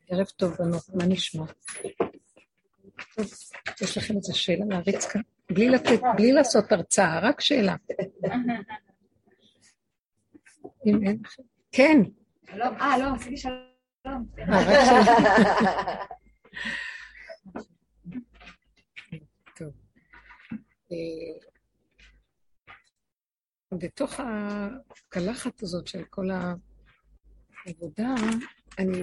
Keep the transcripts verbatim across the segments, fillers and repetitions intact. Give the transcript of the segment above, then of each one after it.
ערב טוב בנות, מה נשמע? טוב, יש לכם איזו שאלה להריץ כאן? בלי לתת, בלי לעשות הרצאה, רק שאלה. אם אין לכם. כן. שלום, אה, לא, עשיתי שלום. אה, רק שאלה. טוב. בתוך הקלחת הזאת של כל העבודה, אני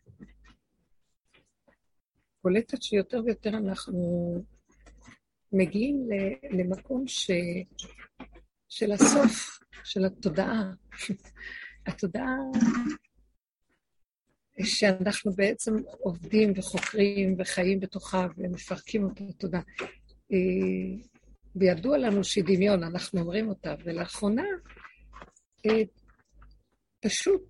קולטת שיותר ויותר אנחנו מגיעים למקום ש... של הסוף, של התודעה. התודעה שאנחנו בעצם עובדים וחוקרים וחיים בתוכה ומפרקים אותה תודעה. וידוע לנו שהיא דמיון, אנחנו אומרים אותה, ולאחרונה פשוט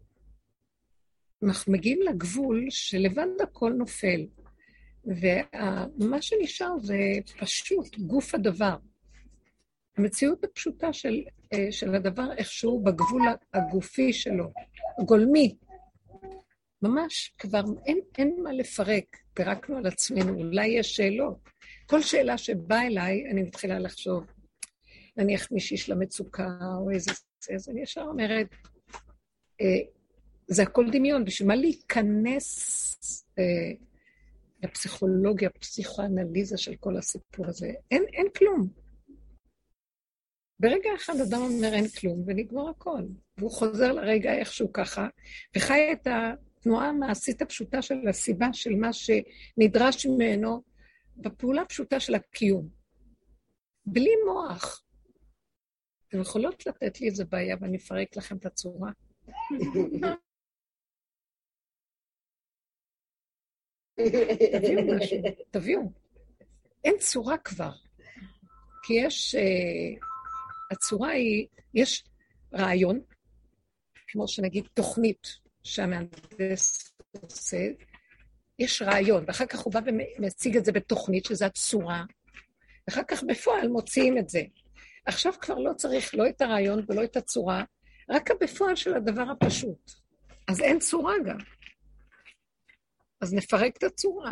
אנחנו מגיעים לגבול שלבד הכל נופל, ומה שנשאר זה פשוט גוף הדבר. המציאות הפשוטה של, של הדבר איכשהו בגבול הגופי שלו, גולמי. ממש כבר אין, אין מה לפרק, פירקנו על עצמנו, אולי יש שאלות. כל שאלה שבאה אליי, אני מתחילה לחשוב, נניח מישהי של המצוקה או איזה, אז אני ישר אומרת, אה, זה הכל דמיון, בשביל מה להיכנס אה, לפסיכולוגיה, פסיכואנליזה של כל הסיפור הזה? אין, אין כלום. ברגע אחד אדם אומר אין כלום, ונגמר הכל. והוא חוזר לרגע איכשהו ככה, וחי את התנועה המעשית הפשוטה של הסיבה של מה שנדרש ממנו, בפעולה הפשוטה של הקיום. בלי מוח. אתם יכולות לתת לי איזה בעיה, ואני אפרק לכם את הצורה? תביאו משהו, תביאו. אין צורה כבר. כי יש, uh, הצורה היא, יש רעיון, כמו שנגיד תוכנית שהמהנדס עושה, יש רעיון, ואחר כך הוא בא ומציג את זה בתוכנית, שזה הצורה, ואחר כך בפועל מוציאים את זה. עכשיו כבר לא צריך לא את הרעיון ולא את הצורה, רק בפועל של הדבר הפשוט. אז אין צורה גם. אז נפרק את הצורה.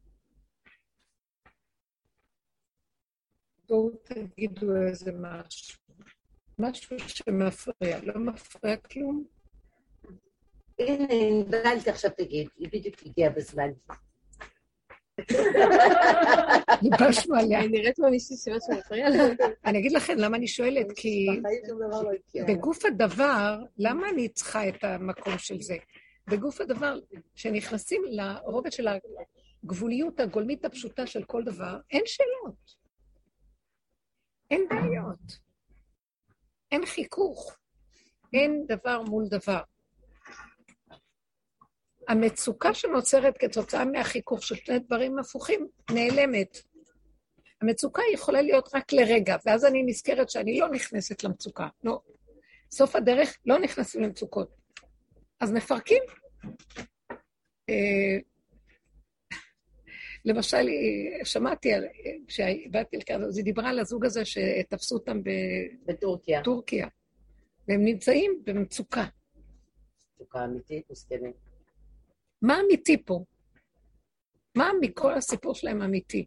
בואו תגידו איזה משהו. משהו שמפריע, לא מפריע כלום. הנה, נבלתי עכשיו תגיד, היא בדיוק הגיעה בזמן. ניבשנו עליה. אני נראית ממישהי שמשהו מפריע לה. אני אגיד לכם למה אני שואלת, כי בגוף הדבר, למה אני צריכה את המקום של זה? בגוף הדבר, שנכנסים לרובד של הגבוליות הגולמית הפשוטה של כל דבר, אין שאלות. אין בעיות. אין חיכוך. אין דבר מול דבר. המצוקה שנוצרת כתוצאה מהחיכוך של שני דברים הפוכים נעלמת. המצוקה יכולה להיות רק לרגע, ואז אני נזכרת שאני לא נכנסת למצוקה. לא. סוף הדרך לא נכנסים למצוקות. אז מפרקים. למשל, שמעתי, כשבאתי לכאן, אז היא דיברה על הזוג הזה שתפסו אותם בטורקיה. טורקיה, והם נמצאים במצוקה. מצוקה אמיתית, מסכנים. מה אמיתי פה? מה מכל הסיפור שלהם אמיתי?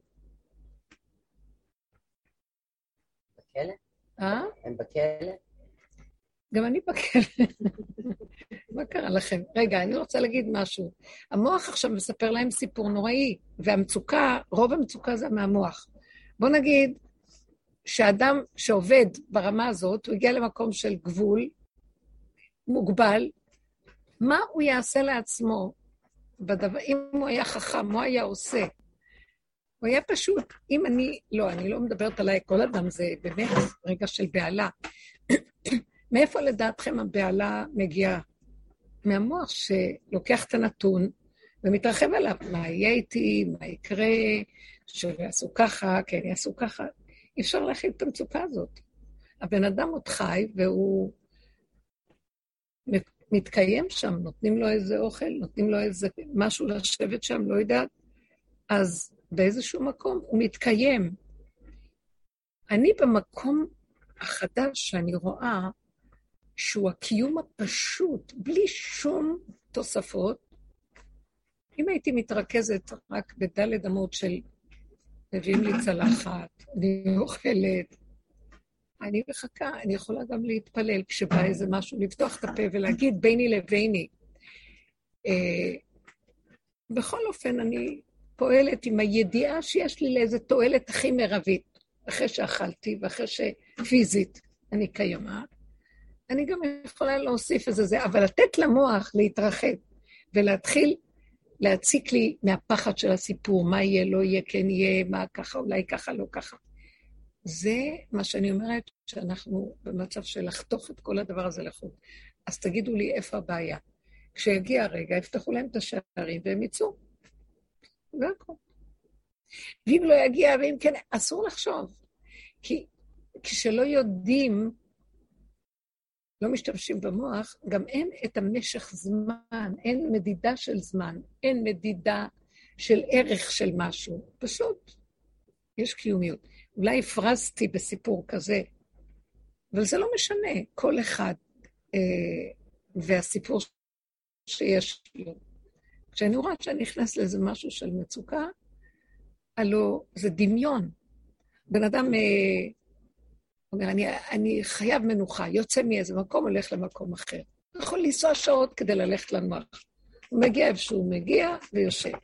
בכלא? אה? הם בכלא? גם אני בכלא. מה קרה לכם? רגע, אני רוצה להגיד משהו. המוח עכשיו מספר להם סיפור נוראי, והמצוקה, רוב המצוקה זה מהמוח. בוא נגיד שאדם שעובד ברמה הזאת, הוא הגיע למקום של גבול, מוגבל, מה הוא יעשה לעצמו? בדבר, אם הוא היה חכם, מה הוא היה עושה? הוא היה פשוט, אם אני, לא, אני לא מדברת עליי, כל אדם זה באמת רגע של בעלה. מאיפה לדעתכם הבעלה מגיעה? מהמוח שלוקח את הנתון ומתרחב עליו, מה יהיה איתי, מה יקרה, שיעשו ככה, כן, יעשו ככה. אי אפשר להכיל את המצוקה הזאת. הבן אדם עוד חי והוא מתקיים שם, נותנים לו איזה אוכל, נותנים לו איזה משהו לשבת שם, לא יודעת. אז באיזשהו מקום הוא מתקיים. אני במקום החדש שאני רואה, שהוא הקיום הפשוט, בלי שום תוספות, אם הייתי מתרכזת רק בדלת אמות של מביאים לי צלחת, אני אוכלת, אני מחכה, אני יכולה גם להתפלל כשבא איזה משהו, לפתוח את הפה ולהגיד ביני לביני. אה, בכל אופן, אני פועלת עם הידיעה שיש לי לאיזה תועלת הכי מרבית, אחרי שאכלתי ואחרי שפיזית אני קיימה. אני גם יכולה להוסיף איזה זה, אבל לתת למוח להתרחב ולהתחיל להציק לי מהפחד של הסיפור, מה יהיה, לא יהיה, כן יהיה, מה ככה, אולי ככה, לא ככה. זה מה שאני אומרת, שאנחנו במצב של לחתוך את כל הדבר הזה לחוץ. אז תגידו לי איפה הבעיה. כשיגיע הרגע, יפתחו להם את השערים והם יצאו. זה הכל. ואם לא יגיע, ואם כן, אסור לחשוב. כי כשלא יודעים, לא משתמשים במוח, גם אין את המשך זמן, אין מדידה של זמן, אין מדידה של ערך של משהו. פשוט, יש קיומיות. אולי הפרזתי בסיפור כזה, אבל זה לא משנה, כל אחד אה, והסיפור שיש לו. כשאני רואה שאני נכנס לאיזה משהו של מצוקה, הלוא זה דמיון. בן אדם אה, אומר, אני, אני חייב מנוחה, יוצא מאיזה מקום, הולך למקום אחר. הוא יכול לנסוע שעות כדי ללכת לנוח. הוא מגיע איפה שהוא מגיע ויושב.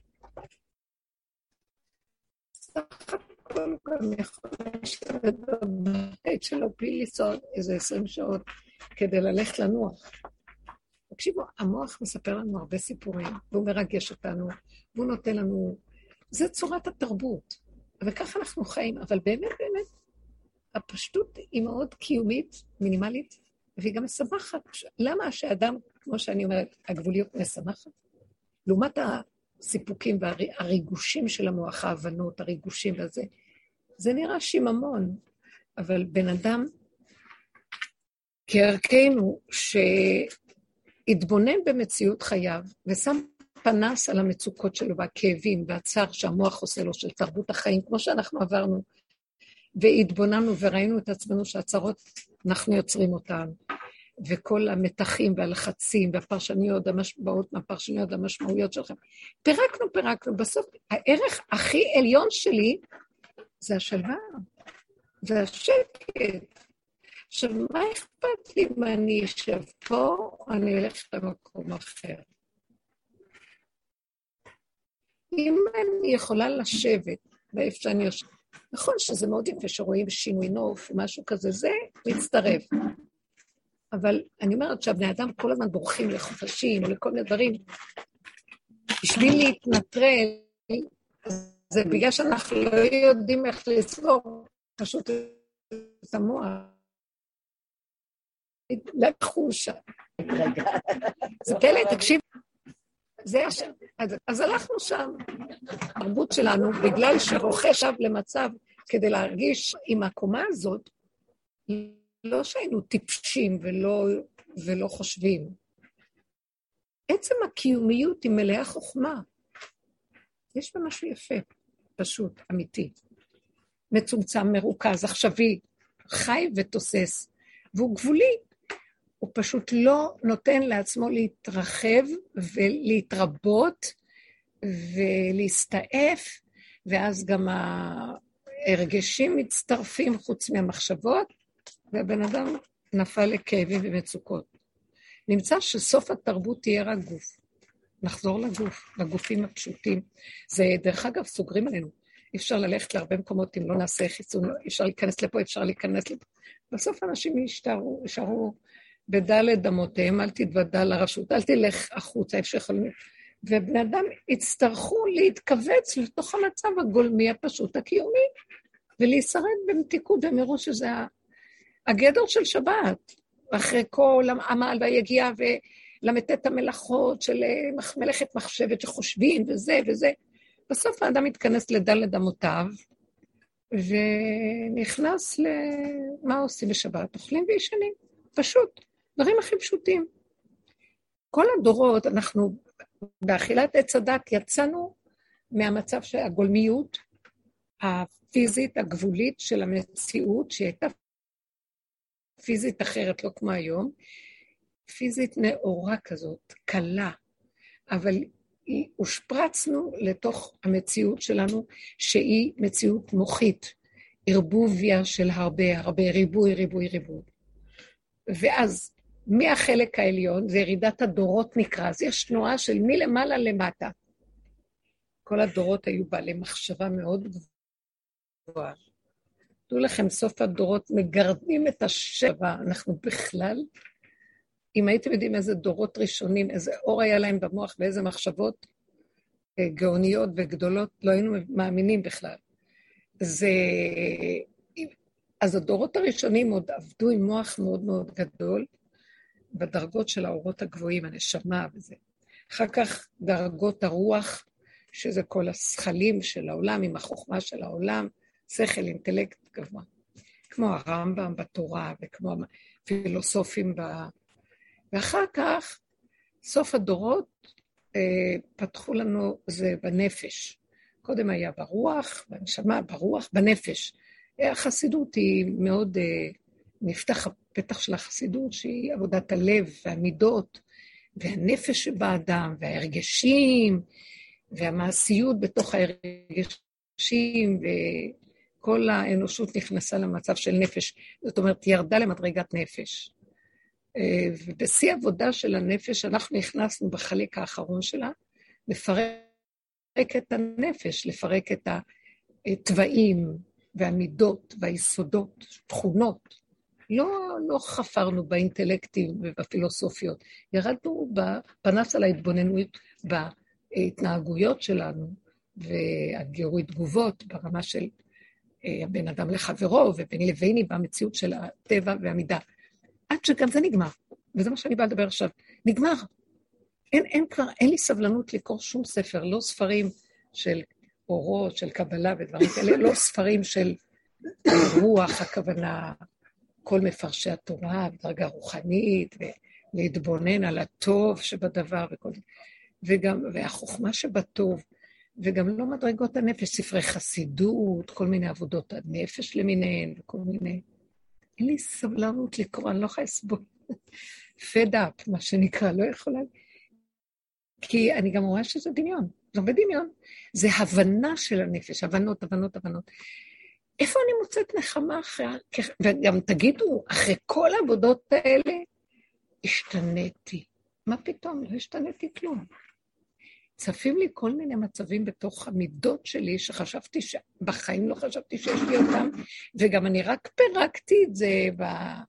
סך הכל גם יכול לשבת בבית שלו בלי לנסוע איזה עשרים שעות כדי ללכת לנוח. תקשיבו, המוח מספר לנו הרבה סיפורים, והוא מרגש אותנו, והוא נותן לנו, זה צורת התרבות, וככה אנחנו חיים, אבל באמת, באמת, הפשטות היא מאוד קיומית, מינימלית, והיא גם משמחת. למה שהאדם, כמו שאני אומרת, הגבוליות משמחת? לעומת הסיפוקים והריגושים של המוח, ההבנות, הריגושים וזה, זה נראה שיממון, אבל בן אדם, כערכנו, שהתבונן במציאות חייו, ושם פנס על המצוקות שלו, והכאבים, והצער שהמוח עושה לו, של תרבות החיים, כמו שאנחנו עברנו, והתבוננו וראינו את עצמנו שהצרות, אנחנו יוצרים אותן, וכל המתחים והלחצים, והפרשניות המשמעות, מהפרשניות המשמעויות שלכם. פירקנו, פירקנו, בסוף, הערך הכי עליון שלי, זה השלווה, זה השקט. עכשיו, מה אכפת לי אם אני אשב פה, אני אלך למקום אחר? אם אני יכולה לשבת, ואיפה שאני יושבת, נכון שזה מאוד יפה שרואים שינוי נוף, משהו כזה, זה מצטרף. אבל אני אומרת שהבני אדם כל הזמן בורחים לחופשים, או לכל מיני דברים, בשביל להתנטרל, זה בגלל שאנחנו לא יודעים איך לסגור, פשוט את המוח. לקחו שם. זה פלא, תקשיב. זה השם. אז, אז הלכנו שם, הרבות שלנו, בגלל שרוחה שב למצב, כדי להרגיש עם הקומה הזאת, לא שהיינו טיפשים ולא, ולא חושבים. עצם הקיומיות היא מלאה חוכמה. יש בה משהו יפה, פשוט, אמיתי. מצומצם, מרוכז, עכשווי, חי ותוסס, והוא גבולי. הוא פשוט לא נותן לעצמו להתרחב ולהתרבות ולהסתעף, ואז גם הרגשים מצטרפים חוץ מהמחשבות, והבן אדם נפל לכאבים ומצוקות. נמצא שסוף התרבות תהיה רק גוף. נחזור לגוף, לגופים הפשוטים. זה דרך אגב סוגרים עלינו. אי אפשר ללכת להרבה מקומות אם לא נעשה חיסון, אי אפשר להיכנס לפה, אפשר להיכנס לפה. בסוף אנשים ישתרו, ישארו בדלת אמותיהם, אל תתוודע לרשות, אל תלך החוצה, איפה שיכולים. ובני אדם יצטרכו להתכווץ לתוך המצב הגולמי הפשוט הקיומי, ולהישרד במתיקות, והם יראו שזה הגדר של שבת, אחרי כל המעל והיגיעה, ולמתת המלאכות של מלאכת מחשבת שחושבים, וזה וזה. בסוף האדם מתכנס לדלת אמותיו, ונכנס למה עושים בשבת, אוכלים וישנים, פשוט. דברים הכי פשוטים. כל הדורות, אנחנו באכילת עץ הדת יצאנו מהמצב של הגולמיות הפיזית, הגבולית של המציאות, שהייתה פיזית אחרת, לא כמו היום, פיזית נאורה כזאת, קלה, אבל הושפרצנו לתוך המציאות שלנו, שהיא מציאות מוחית, ערבוביה של הרבה, הרבה ריבוי, ריבוי, ריבוי. ואז, מהחלק העליון, זה ירידת הדורות נקרא, אז יש תנועה של מלמעלה למטה. כל הדורות היו בעלי מחשבה מאוד גבוהה. תדעו לכם, סוף הדורות מגרדים את השבע, אנחנו בכלל, אם הייתם יודעים איזה דורות ראשונים, איזה אור היה להם במוח ואיזה מחשבות גאוניות וגדולות, לא היינו מאמינים בכלל. זה... אז הדורות הראשונים עוד עבדו עם מוח מאוד מאוד גדול, בדרגות של האורות הגבוהים, הנשמה וזה. אחר כך דרגות הרוח, שזה כל השכלים של העולם, עם החוכמה של העולם, שכל, אינטלקט גבוה. כמו הרמב"ם בתורה, וכמו הפילוסופים ב... ואחר כך, סוף הדורות, אה, פתחו לנו זה בנפש. קודם היה ברוח, בנשמה, ברוח, בנפש. החסידות היא מאוד, אה, נפתח הפתח של החסידות, שהיא עבודת הלב והמידות, והנפש שבאדם, וההרגשים, והמעשיות בתוך ההרגשים, וכל האנושות נכנסה למצב של נפש. זאת אומרת, ירדה למדרגת נפש. ובשיא עבודה של הנפש, אנחנו נכנסנו בחלק האחרון שלה, לפרק את הנפש, לפרק את הטבעים והמידות והיסודות, תכונות. לא, לא חפרנו באינטלקטים ובפילוסופיות, ירדנו בפנס על ההתבוננות, בהתנהגויות שלנו, והגירוי תגובות ברמה של הבן אדם לחברו, ובין לביני במציאות של הטבע והמידה. עד שגם זה נגמר, וזה מה שאני באה לדבר עכשיו, נגמר. אין, אין כבר, אין לי סבלנות לקרוא שום ספר, לא ספרים של אורות, של קבלה ודברים כאלה, לא ספרים של רוח, הכוונה, כל מפרשי התורה, בדרגה רוחנית, ולהתבונן על הטוב שבדבר, וכל, וגם, והחוכמה שבטוב, וגם לא מדרגות הנפש, ספרי חסידות, כל מיני עבודות הנפש למיניהן, וכל מיני... אין לי סבלנות לקרוא, אני לא יכולה לסבול. fed up, מה שנקרא, לא יכולה. כי אני גם רואה שזה דמיון, זה הרבה דמיון. זה הבנה של הנפש, הבנות, הבנות, הבנות. איפה אני מוצאת נחמה אחרי... וגם תגידו, אחרי כל העבודות האלה, השתניתי. מה פתאום? לא השתניתי כלום. צפים לי כל מיני מצבים בתוך המידות שלי, שחשבתי שבחיים לא חשבתי שיש לי אותם, וגם אני רק פירקתי את זה, ב...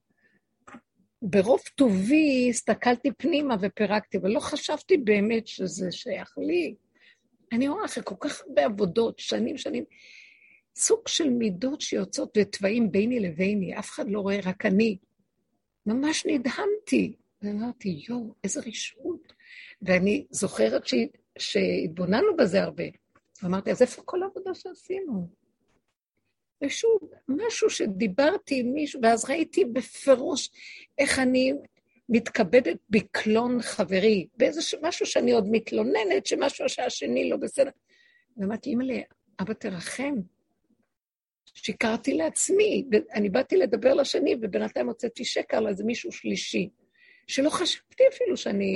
ברוב טובי הסתכלתי פנימה ופירקתי, ולא חשבתי באמת שזה שייך לי. אני רואה אחרי כל כך הרבה עבודות, שנים, שנים, סוג של מידות שיוצאות וטבעים ביני לביני, אף אחד לא רואה, רק אני. ממש נדהמתי, ואמרתי, יו, איזה רשעות. ואני זוכרת ש... שהתבוננו בזה הרבה. ואמרתי, אז איפה כל העבודה שעשינו? ושוב, משהו שדיברתי עם מישהו, ואז ראיתי בפירוש איך אני מתכבדת בקלון חברי, באיזה משהו שאני עוד מתלוננת, שמשהו שהשני לא בסדר. ואמרתי, אמא לי, אבא תרחם. שיקרתי לעצמי, ואני באתי לדבר לשני, ובינתיים הוצאתי שקר לאיזה מישהו שלישי, שלא חשבתי אפילו שאני...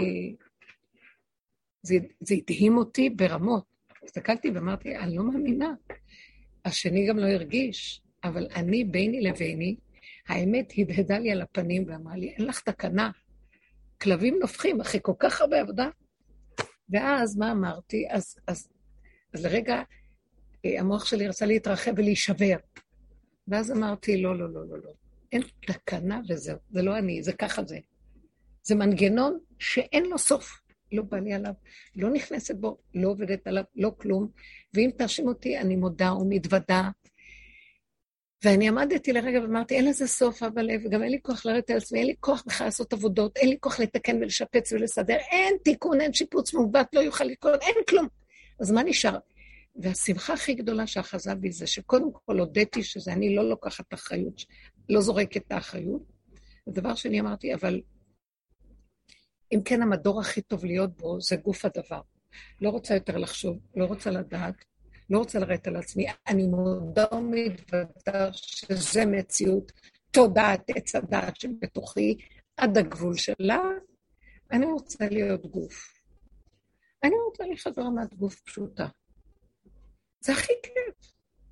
זה, זה הדהים אותי ברמות. הסתכלתי ואמרתי, אני לא מאמינה. השני גם לא הרגיש, אבל אני, ביני לביני, האמת הדהדה לי על הפנים ואמרה לי, אין לך תקנה. כלבים נופחים אחרי כל כך הרבה עבודה. ואז מה אמרתי? אז, אז, אז לרגע, המוח שלי רצה להתרחב ולהישבר. ואז אמרתי, לא, לא, לא, לא, לא. אין תקנה וזהו. זה לא אני, זה ככה זה. זה מנגנון שאין לו סוף. לא בא לי עליו, לא נכנסת בו, לא עובדת עליו, לא כלום. ואם תרשים אותי, אני מודה ומתוודה. ואני עמדתי לרגע ואמרתי, אין לזה סוף, אבל וגם אין לי כוח לרדת על עצמי, אין לי כוח בכלל לעשות עבודות, אין לי כוח לתקן ולשפץ ולסדר, אין תיקון, אין שיפוץ מעוות, לא יוכל לתקון, אין כלום. אז מה נשאר? והשמחה הכי גדולה שאחזה בי זה שקודם כל הודיתי שזה אני לא לוקחת אחריות, לא זורקת את האחריות. הדבר שני אמרתי, אבל אם כן המדור הכי טוב להיות בו, זה גוף הדבר. לא רוצה יותר לחשוב, לא רוצה לדעת, לא רוצה לרדת על עצמי. אני מודה ומתוודה שזה מציאות תודעת, עץ הדעת שבתוכי, עד הגבול שלה, אני רוצה להיות גוף. אני רוצה ללכת ברמת גוף פשוטה. זה הכי כיף.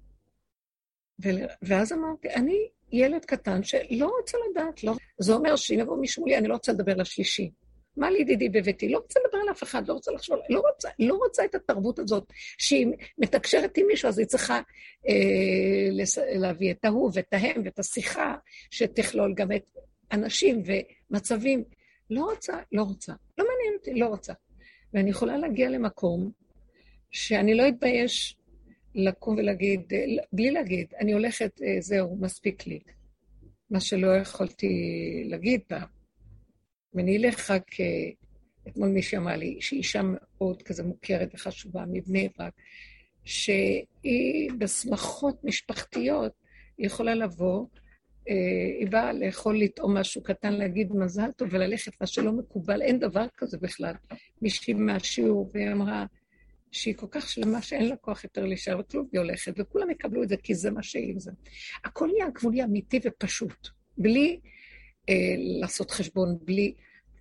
ואז אמרתי, אני ילד קטן שלא רוצה לדעת, לא. זה אומר שאם יבוא מישהו לי, אני לא רוצה לדבר לשלישי. מה לי ידידי בביתי? לא רוצה לדבר על אף אחד, לא רוצה לחשוב, לא רוצה, לא רוצה את התרבות הזאת, שהיא מתקשרת עם מישהו, אז היא צריכה אה, לס... להביא את ההוא ואת ההם ואת השיחה, שתכלול גם את אנשים ומצבים. לא רוצה, לא רוצה. לא מעניין אותי, לא רוצה. ואני יכולה להגיע למקום שאני לא אתבייש לקום ולהגיד, בלי להגיד, אני הולכת, זהו, מספיק לי. מה שלא יכולתי להגיד פעם. ואני אלך רק, אתמול מישהי אמרה לי, שהיא אישה מאוד כזה מוכרת וחשובה, מבני ברק, שהיא בשמחות משפחתיות, היא יכולה לבוא, היא באה לאכול לטעום משהו קטן, להגיד מזל טוב וללכת, מה שלא מקובל, אין דבר כזה בכלל. מישהי מהשיעור, והיא אמרה שהיא כל כך שלמה שאין לה כוח יותר להישאר, וכלום היא הולכת, וכולם יקבלו את זה, כי זה מה שהיא זה. הכל יהיה גבולי אמיתי ופשוט, בלי אה, לעשות חשבון, בלי...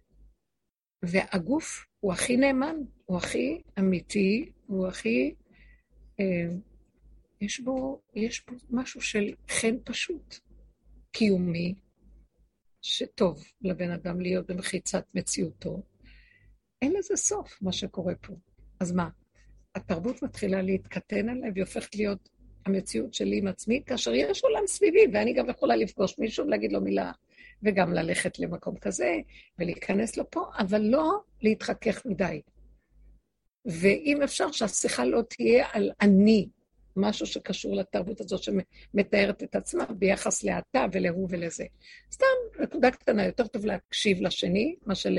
והגוף הוא הכי נאמן, הוא הכי אמיתי, הוא הכי... אה, יש בו, יש בו משהו של חן פשוט. קיומי, שטוב לבן אדם להיות במחיצת מציאותו, אין לזה סוף מה שקורה פה. אז מה? התרבות מתחילה להתקטן עליי, והיא הופכת להיות המציאות שלי עם עצמי, כאשר יש עולם סביבי, ואני גם יכולה לפגוש מישהו ולהגיד לו מילה, וגם ללכת למקום כזה, ולהיכנס לו פה, אבל לא להתחכך מדי. ואם אפשר שהשיחה לא תהיה על אני, משהו שקשור לתרבות הזאת שמתארת את עצמה ביחס לאתה ולהוא ולזה. סתם, נקודה קטנה, יותר טוב להקשיב לשני, מה של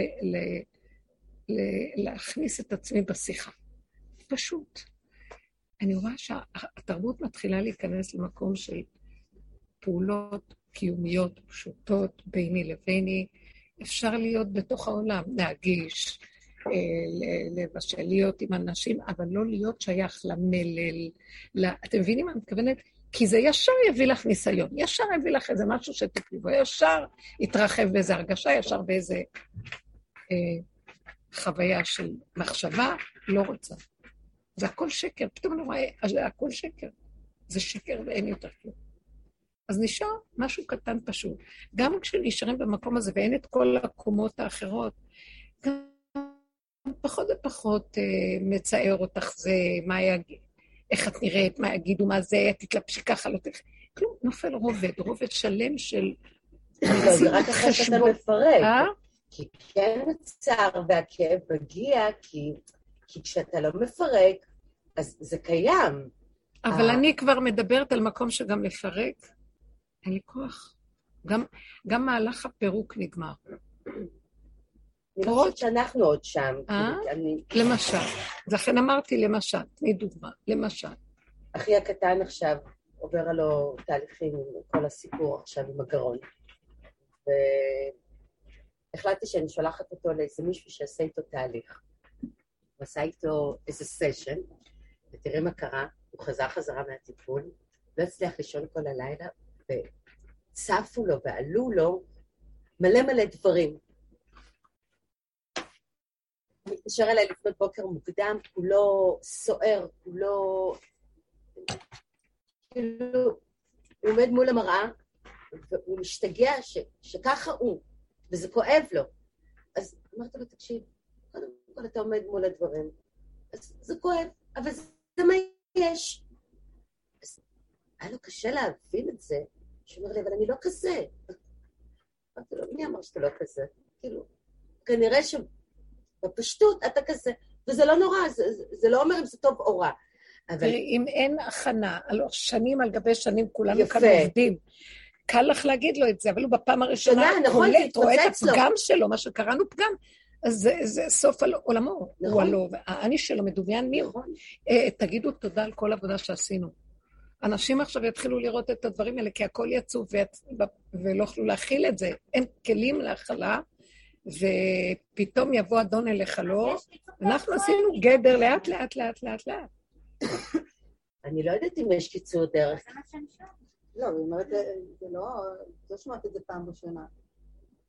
להכניס את עצמי בשיחה. פשוט. אני רואה שהתרבות מתחילה להיכנס למקום של פעולות קיומיות פשוטות ביני לביני. אפשר להיות בתוך העולם, להגיש, לבשל, להיות עם אנשים, אבל לא להיות שייך למלל. אתם מבינים מה אני מתכוונת? כי זה ישר יביא לך ניסיון, ישר יביא לך איזה משהו שתקלי בו, ישר יתרחב באיזה הרגשה, ישר באיזה אה, חוויה של מחשבה, לא רוצה. זה הכל שקר, פתאום אני רואה, זה הכל שקר. זה שקר ואין יותר כלום. אז נשאר משהו קטן פשוט. גם כשנשארים במקום הזה ואין את כל הקומות האחרות, גם פחות ופחות אה, מצער אותך זה, מה יגיד, איך את נראית, מה יגידו, מה זה, תתלבשי ככה, לא תלך. כלום, נופל רובד, רובד שלם של... לא, זה רק אחרי שאתה מפרק. כי כן הצער והכאב מגיע, כי, כי כשאתה לא מפרק, אז זה קיים. אבל אני כבר מדברת על מקום שגם לפרק, אין לי כוח. גם, גם מהלך הפירוק נגמר. אני לא חושבת שאנחנו עוד שם. למשל. לכן אמרתי למשל, תני דוגמה, למשל. אחי הקטן עכשיו עובר עלו תהליכים עם כל הסיפור עכשיו עם הגרון. והחלטתי שאני שולחת אותו לאיזה מישהו שעשה איתו תהליך. הוא עשה איתו איזה סשן, ותראה מה קרה, הוא חזר חזרה מהטיפול, לא הצליח לישון כל הלילה, וצפו לו ועלו לו מלא מלא דברים. הוא מתקשר אליי לפנות בוקר מוקדם, הוא לא סוער, הוא לא... כאילו, הוא עומד מול המראה, והוא משתגע ש... שככה הוא, וזה כואב לו. אז אמרתי לו, תקשיב, קודם כל אתה עומד מול הדברים, אז זה כואב, אבל זה, זה מה יש. אז היה לו קשה להבין את זה, שהוא אומר לי, אבל אני לא כזה. אמרתי לו, מי אמר שאתה לא כזה? כאילו, כנראה שבפשטות אתה כזה, וזה לא נורא, זה, זה, זה לא אומר אם זה טוב או רע. אבל... אם אין הכנה, על שנים על גבי שנים, כולנו כאן עובדים, קל לך להגיד לו את זה, אבל הוא בפעם הראשונה קולט, רואה את הפגם שלו, מה שקראנו פגם, אז זה, זה סוף על עולמו, נכון. הוא עלו, והאני שלו מדומיין מי הוא. אה, תגידו תודה על כל עבודה שעשינו. אנשים עכשיו יתחילו לראות את הדברים האלה, כי הכל יצאו ולא יכלו להכיל את זה. אין כלים להכלה, ופתאום יבוא אדון אליך לא. אנחנו עשינו גדר לאט, לאט, לאט, לאט, לאט. אני לא יודעת אם יש קיצור דרך. לא, היא אומרת, זה לא, לא שמעת את זה פעם ראשונה.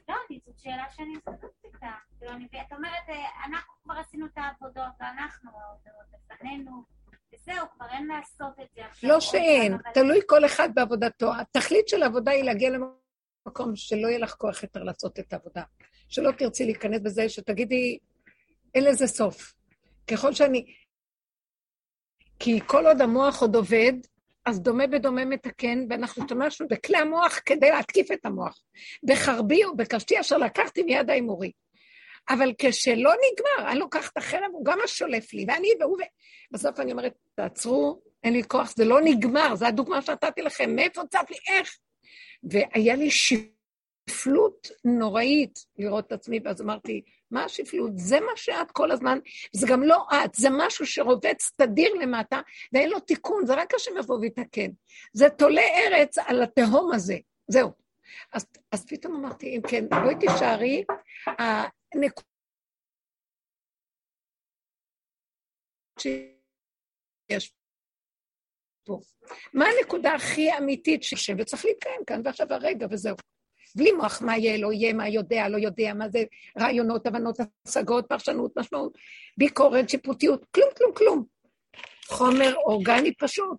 לא, זאת שאלה שאני מסתכלת איתה. את אומרת, אנחנו כבר עשינו את העבודות, ואנחנו לפנינו, וזהו, כבר אין לעשות את זה. לא שאין, תלוי כל אחד בעבודתו. התכלית של העבודה היא להגיע למקום שלא יהיה לך כוח יותר לעשות את העבודה. שלא תרצי להיכנס בזה, שתגידי, אין לזה סוף. ככל שאני... כי כל עוד המוח עוד עובד, אז דומה בדומה מתקן, ואנחנו השתמשנו בכלי המוח כדי להתקיף את המוח. בחרבי או בקשתי אשר לקחתי מיד האמורי. אבל כשלא נגמר, אני לוקח את החרב, הוא גם השולף לי, ואני והוא ו... בסוף אני אומרת, תעצרו, אין לי כוח, זה לא נגמר, זה הדוגמה שנתתי לכם, מאיפה צף לי, איך? והיה לי שפלות נוראית לראות את עצמי, ואז אמרתי, מה השפלות? זה מה שאת כל הזמן, זה גם לא את, זה משהו שרובץ תדיר למטה, ואין לו תיקון, זה רק השם יבוא ויתקן. זה תולה ארץ על התהום הזה, זהו. אז, אז פתאום אמרתי, אם כן, בואי תישארי, הנקודה שיש פה. מה הנקודה הכי אמיתית ששם, וצריך להתקיים כאן, ועכשיו הרגע וזהו. בלי מוח, מה יהיה, לא יהיה, מה יודע, לא יודע, מה זה רעיונות, הבנות, השגות, פרשנות, משמעות, ביקורת, שיפוטיות, כלום, כלום, כלום. חומר אורגני פשוט.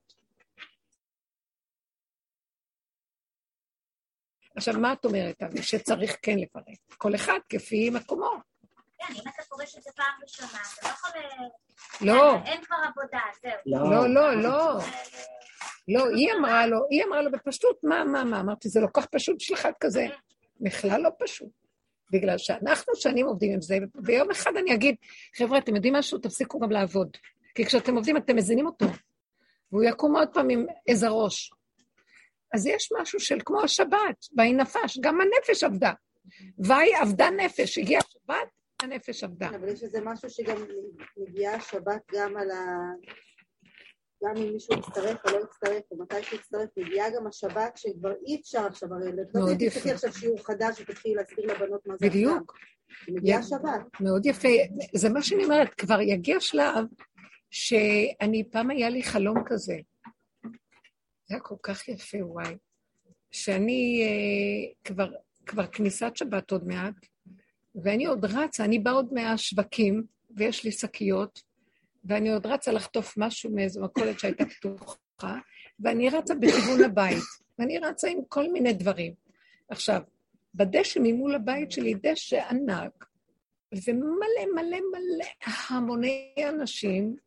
עכשיו, מה את אומרת, אבי? שצריך כן לפרק. כל אחד כפי מקומו. כן, אם אתה פורש את זה פעם ראשונה, אתה לא יכול... לא. אין כבר עבודה, זהו. לא, לא, לא. לא, היא אמרה לו, היא אמרה לו בפשטות, מה, מה, מה? אמרתי, זה לא כך פשוט שלך כזה. בכלל לא פשוט. בגלל שאנחנו שנים עובדים עם זה, וביום אחד אני אגיד, חבר'ה, אתם יודעים משהו? תפסיקו גם לעבוד. כי כשאתם עובדים, אתם מזינים אותו. והוא יקום עוד פעם עם איזה ראש. אז יש משהו של כמו השבת, והיא נפש, גם הנפש עבדה. והיא עבדה נפש, הגיעה השבת, הנפש עבדה. אבל יש איזה משהו שגם מגיעה השבת גם על ה... גם אם מישהו יצטרף או לא יצטרף, או מתי שיצטרף, מגיעה גם השבת שכבר אי אפשר עכשיו, הרי לא תתחיל עכשיו שיעור חדש ותתחיל להסביר לבנות מה זה. בדיוק. מגיעה השבת. מאוד יפה, זה מה שאני אומרת, כבר יגיע שלב שאני, פעם היה לי חלום כזה, זה היה כל כך יפה, וואי, שאני אה, כבר, כבר כניסת שבת עוד מעט, ואני עוד רצה, אני באה עוד מהשווקים, ויש לי שקיות, ואני עוד רצה לחטוף משהו מאיזו מכולת שהייתה פתוחה, ואני רצה בכיוון הבית, ואני רצה עם כל מיני דברים. עכשיו, בדשא ממול הבית שלי, דשא ענק, ומלא מלא מלא המוני אנשים,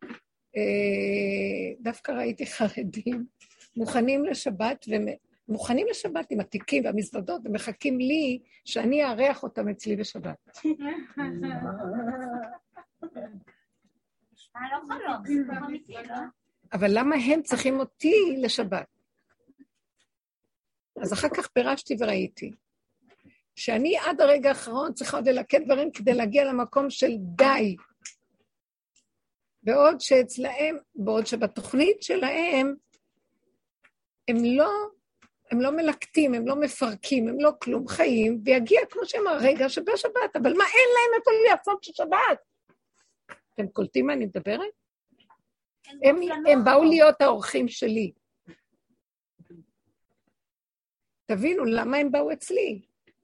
דווקא ראיתי חרדים, מוכנים לשבת, ומוכנים לשבת עם התיקים והמזוודות, ומחכים לי שאני אארח אותם אצלי בשבת. אבל למה הם צריכים אותי לשבת? אז אחר כך פירשתי וראיתי, שאני עד הרגע האחרון צריכה עוד ללקט דברים כדי להגיע למקום של די. בעוד שאצלהם, בעוד שבתוכנית שלהם, הם לא, הם לא מלקטים, הם לא מפרקים, הם לא כלום חיים, ויגיע כמו שהם הרגע שבא שבת, אבל מה אין להם איפה לעשות שבת? אתם קולטים מה אני מדברת? הם, הם באו להיות האורחים שלי. תבינו, למה הם באו אצלי?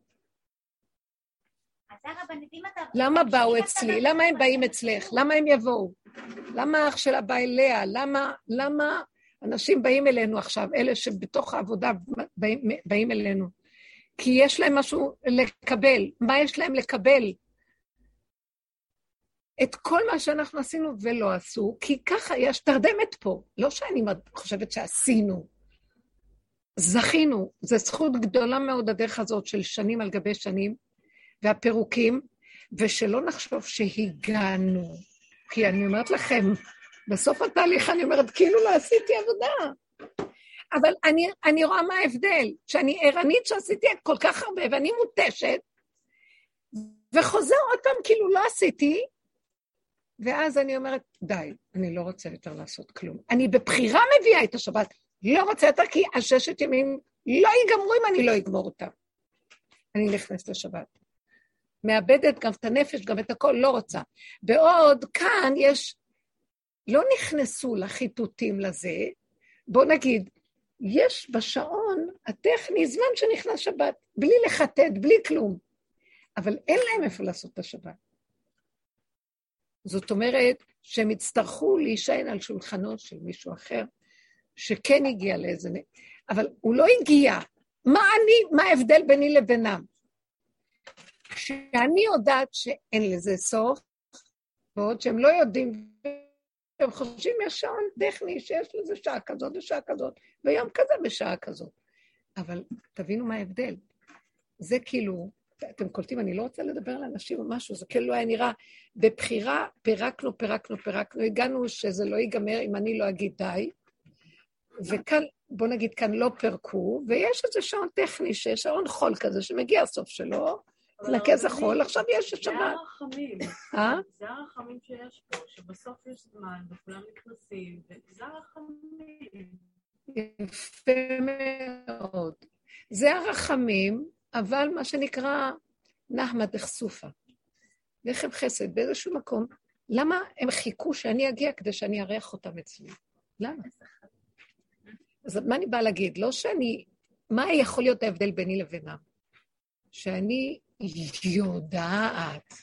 למה באו אצלי? למה הם באים אצלך? למה הם יבואו? למה אח שלה בא אליה? למה, למה אנשים באים אלינו עכשיו, אלה שבתוך העבודה באים, באים אלינו? כי יש להם משהו לקבל. מה יש להם לקבל? את כל מה שאנחנו עשינו ולא עשו, כי ככה יש תרדמת פה. לא שאני חושבת שעשינו. זכינו. זו זכות גדולה מאוד הדרך הזאת של שנים על גבי שנים, והפירוקים, ושלא נחשוב שהגענו. כי אני אומרת לכם, בסוף התהליך אני אומרת, כאילו לא עשיתי עבודה. אבל אני, אני רואה מה ההבדל, שאני ערנית שעשיתי כל כך הרבה, ואני מוטשת, וחוזר עוד פעם כאילו לא עשיתי, ואז אני אומרת, די, אני לא רוצה יותר לעשות כלום. אני בבחירה מביאה את השבת, לא רוצה יותר, כי הששת ימים לא ייגמרו אם אני לא אגמור אותם. אני נכנסת לשבת. מאבדת גם את הנפש, גם את הכל, לא רוצה. בעוד כאן יש, לא נכנסו לחיתותים לזה, בוא נגיד, יש בשעון הטכני זמן שנכנס שבת, בלי לחטט, בלי כלום. אבל אין להם איפה לעשות את השבת. זאת אומרת שהם יצטרכו להישען על שולחנו של מישהו אחר, שכן הגיע לאיזה... אבל הוא לא הגיע. מה אני, מה ההבדל ביני לבינם? כשאני יודעת שאין לזה סוף, ועוד שהם לא יודעים, הם חושבים יש שעון טכני שיש לזה שעה כזאת ושעה כזאת, ויום כזה בשעה כזאת. אבל תבינו מה ההבדל. זה כאילו, אתם קולטים, אני לא רוצה לדבר על אנשים או משהו, זה כאילו היה נראה, בבחירה פירקנו, פירקנו, פירקנו, הגענו שזה לא ייגמר אם אני לא אגיד די, וכאן, בוא נגיד כאן לא פרקו, ויש איזה שעון טכני, שעון חול כזה, שמגיע הסוף שלו, נקז החול, עכשיו יש השבת. זה הרחמים. אה? זה הרחמים שיש פה, שבסוף יש זמן, וכולם נכנסים, וזה הרחמים. יפה מאוד. זה הרחמים, אבל מה שנקרא נחמד דחסופה. לחם חסד באיזשהו מקום. למה הם חיכו שאני אגיע כדי שאני ארח אותם אצלי? למה? אז מה אני באה להגיד? לא שאני... מה יכול להיות ההבדל ביני לבינם? שאני יודעת,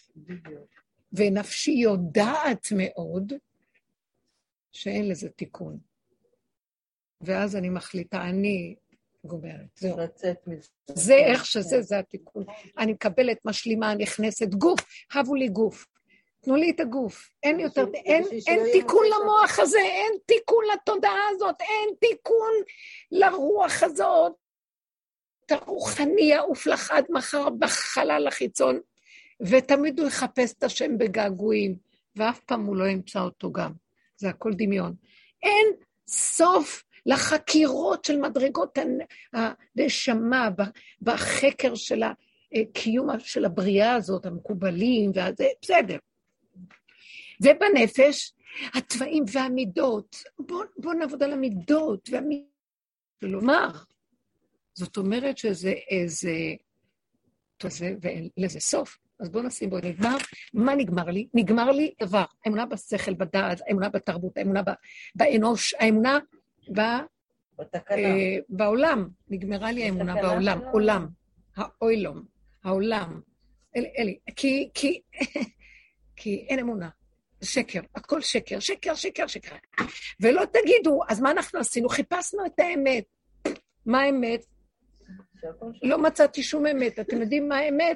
ונפשי יודעת מאוד, שאין לזה תיקון. ואז אני מחליטה, אני גומרת, זהו. זה איך שזה, זה התיקון. אני מקבלת משלימה, נכנסת, גוף, הבו לי גוף. תנו לי את הגוף. אין יותר, אין, אין תיקון למוח הזה, אין תיקון לתודעה הזאת, אין תיקון לרוח הזאת. הרוחני יעוף לחד מחר בחלל החיצון, ותמיד הוא יחפש את השם בגעגועים, ואף פעם הוא לא ימצא אותו גם. זה הכל דמיון. אין סוף לחקירות של מדרגות הנשמה, בחקר של הקיום של הבריאה הזאת, המקובלים, וזה, בסדר. ובנפש, התוואים והמידות, בוא, בוא נעבוד על המידות, והמידות, ולומר, זאת אומרת שזה איזה, זה, ולזה סוף. אז בואו נשים בו, נגמר, מה נגמר לי? נגמר לי דבר, האמונה בשכל, בדעת, האמונה בתרבות, האמונה באנוש, האמונה ב, אה, בעולם, נגמרה לי האמונה בעולם, עולם, האוילום, העולם, אלי, אלי, כי, כי, כי אין אמונה, שקר, הכל שקר, שקר, שקר, שקר. ולא תגידו, אז מה אנחנו עשינו? חיפשנו את האמת. מה האמת? לא מצאתי שום אמת. אתם יודעים מה האמת?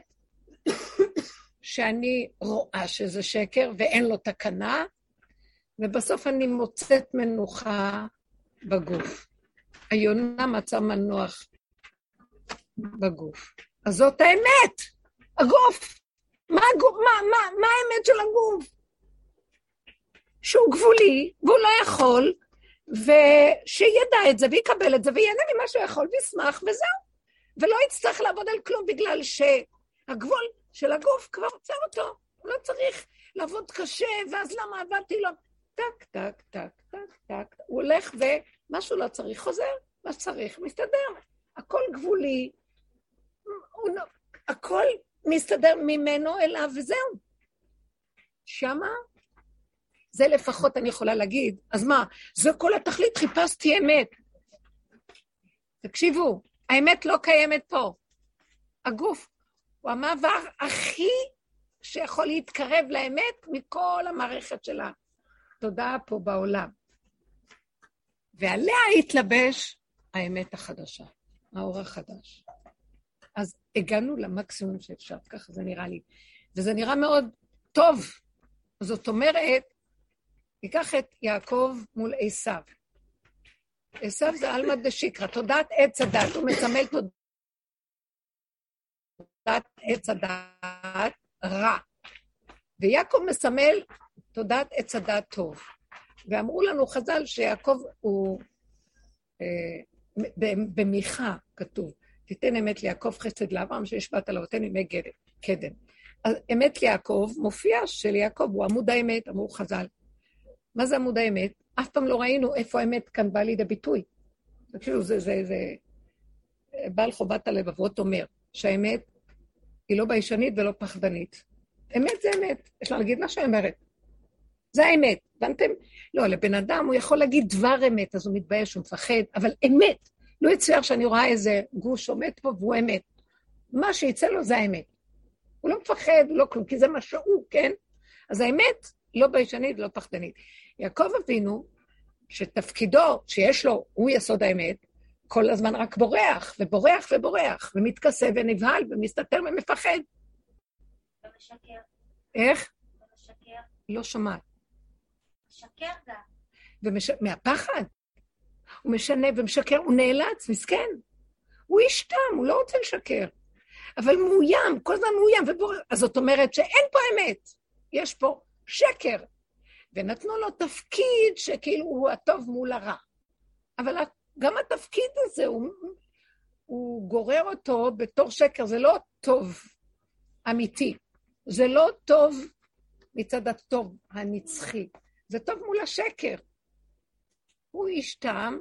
שאני רואה שזה שקר ואין לו תקנה, ובסוף אני מוצאת מנוחה בגוף. היונה מצא מנוח בגוף. אז זאת האמת, הגוף. מה, הגוף, מה, מה, מה האמת של הגוף? שהוא גבולי, והוא לא יכול, ושידע את זה, ויקבל את זה, ויהנה ממה שהוא יכול, וישמח, וזהו. ולא יצטרך לעבוד על כלום, בגלל שהגבול של הגוף כבר עוצר אותו. הוא לא צריך לעבוד קשה, ואז למה עבדתי לו? טק, טק, טק, טק, טק. הוא הולך ומשהו לא צריך, חוזר, מה שצריך, מסתדר. הכל גבולי, הוא, הכל מסתדר ממנו אליו, וזהו. שמה? זה לפחות אני יכולה להגיד, אז מה? זה כל התכלית, חיפשתי אמת. תקשיבו, האמת לא קיימת פה. הגוף הוא המעבר הכי שיכול להתקרב לאמת מכל המערכת שלה. תודה פה בעולם. ועליה התלבש האמת החדשה, האור החדש. אז הגענו למקסימום שאפשר, ככה זה נראה לי. וזה נראה מאוד טוב. זאת אומרת, ניקח את יעקב מול עשיו. עשיו זה אלמא דשיקרא, תודעת עץ הדת, הוא מצמל תודעת עץ הדת רע. ויעקב מסמל תודעת עץ הדת טוב. ואמרו לנו חז"ל שיעקב הוא, אה, במיכה כתוב, תיתן אמת ליעקב חסד לאברהם שהשבעת עליו, תן ימי קדם. אז אמת ליעקב מופיע של יעקב, הוא עמוד האמת, אמרו חז"ל. מה זה עמוד האמת? אף פעם לא ראינו איפה האמת כאן בא לידי ביטוי. כאילו זה, זה, זה, בעל חובת הלבבות אומר, שהאמת היא לא ביישנית ולא פחדנית. אמת זה אמת, יש לה להגיד מה שאומרת. זה האמת, הבנתם? לא, לבן אדם הוא יכול להגיד דבר אמת, אז הוא מתבייש, הוא מפחד, אבל אמת, לא יצויר שאני רואה איזה גוש עומד פה והוא אמת. מה שיצא לו זה האמת. הוא לא מפחד, לא כלום, כי זה מה שהוא, כן? אז האמת לא ביישנית, לא פחדנית. יעקב אבינו, שתפקידו, שיש לו, הוא יסוד האמת, כל הזמן רק בורח, ובורח ובורח, ומתכסה ונבהל, ומסתתר ומפחד. ומשקר. איך? ומשקר. לא שומעת. משקר גם. ומש... מהפחד. הוא משנה ומשקר, הוא נאלץ, מסכן. הוא איש תם, הוא לא רוצה לשקר. אבל מאוים, כל הזמן מאוים ובורח. אז זאת אומרת שאין פה אמת. יש פה שקר. ונתנו לו תפקיד שכאילו הוא הטוב מול הרע. אבל גם התפקיד הזה, הוא, הוא גורר אותו בתור שקר, זה לא טוב אמיתי. זה לא טוב מצד הטוב הנצחי. זה טוב מול השקר. הוא איש טעם,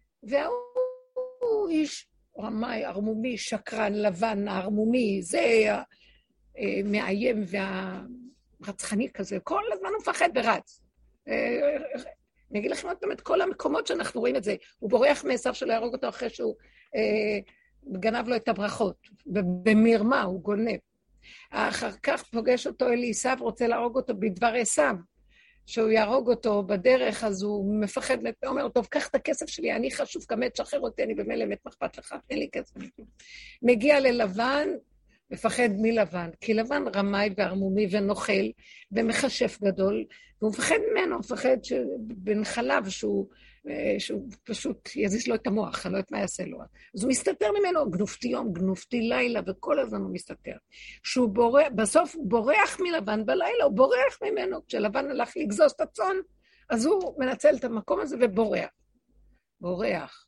והוא איש רמאי, ערמומי, שקרן, לבן, ערמומי, זה מאיים והרצחני כזה. כל הזמן הוא מפחד ורץ. אני אגיד לכם את כל המקומות שאנחנו רואים את זה. הוא בורח מעשיו שלא יהרוג אותו אחרי שהוא גנב לו את הברכות. במרמה הוא גונב. אחר כך פוגש אותו אלי עשיו, רוצה להרוג אותו בדבר עשיו. שהוא יהרוג אותו בדרך, אז הוא מפחד, הוא אומר, טוב, קח את הכסף שלי, אני חשוב כמת, שחרר אותי, אני במילא מת מחפת לך, תן לי כסף. מגיע ללבן, מפחד מלבן, כי לבן רמאי וערמומי ונוכל, ומחשף גדול, והוא מפחד ממנו, מפחד בן חלב, שהוא, שהוא פשוט יזיז לו את המוח, אני לא יודעת מה יעשה לו. אז הוא מסתתר ממנו, גנופתי יום, גנופתי לילה, וכל הזמן הוא מסתתר. שהוא בורח, בסוף הוא בורח מלבן בלילה, הוא בורח ממנו, כשלבן הלך לגזוז את הצאן, אז הוא מנצל את המקום הזה ובורח. בורח.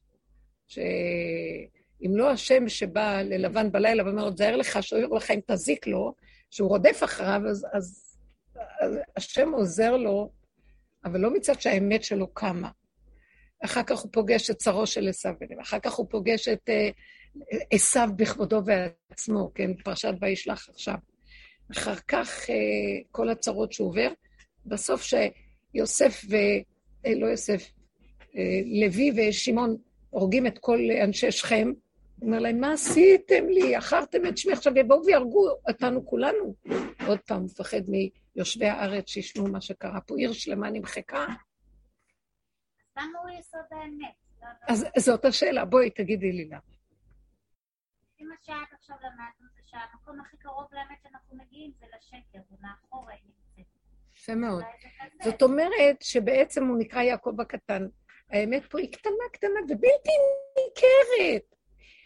שאם לא השם שבא ללבן בלילה ואומר, תזהר לך, שאויר לך אם תזיק לו, שהוא רודף אחריו, אז, אז, אז השם עוזר לו, אבל לא מצד שהאמת שלו קמה. אחר כך הוא פוגש את צרו של עשיו, אחר כך הוא פוגש את עשיו בכבודו ועצמו, כן, פרשת וישלח עכשיו. אחר כך כל הצרות שהוא עובר, בסוף שיוסף ו... לא יוסף, לוי ושמעון הורגים את כל אנשי שכם, הוא אומר להם, מה עשיתם לי? אחרתם את שמי, עכשיו יבואו וירגו אותנו כולנו. עוד פעם, הוא מפחד מיושבי הארץ שישמעו מה שקרה פה, עיר שלמה נמחקה. למה הוא יסוד האמת? אז זאת השאלה, בואי תגידי לי לה. לפי מה שאת עכשיו למדנו, זה שהמקום הכי קרוב לאמת שאנחנו מגיעים זה לשקר, ומאחורה היא נמצאת. יפה מאוד. זאת אומרת שבעצם הוא נקרא יעקב הקטן. האמת פה היא קטנה קטנה ובלתי ניכרת.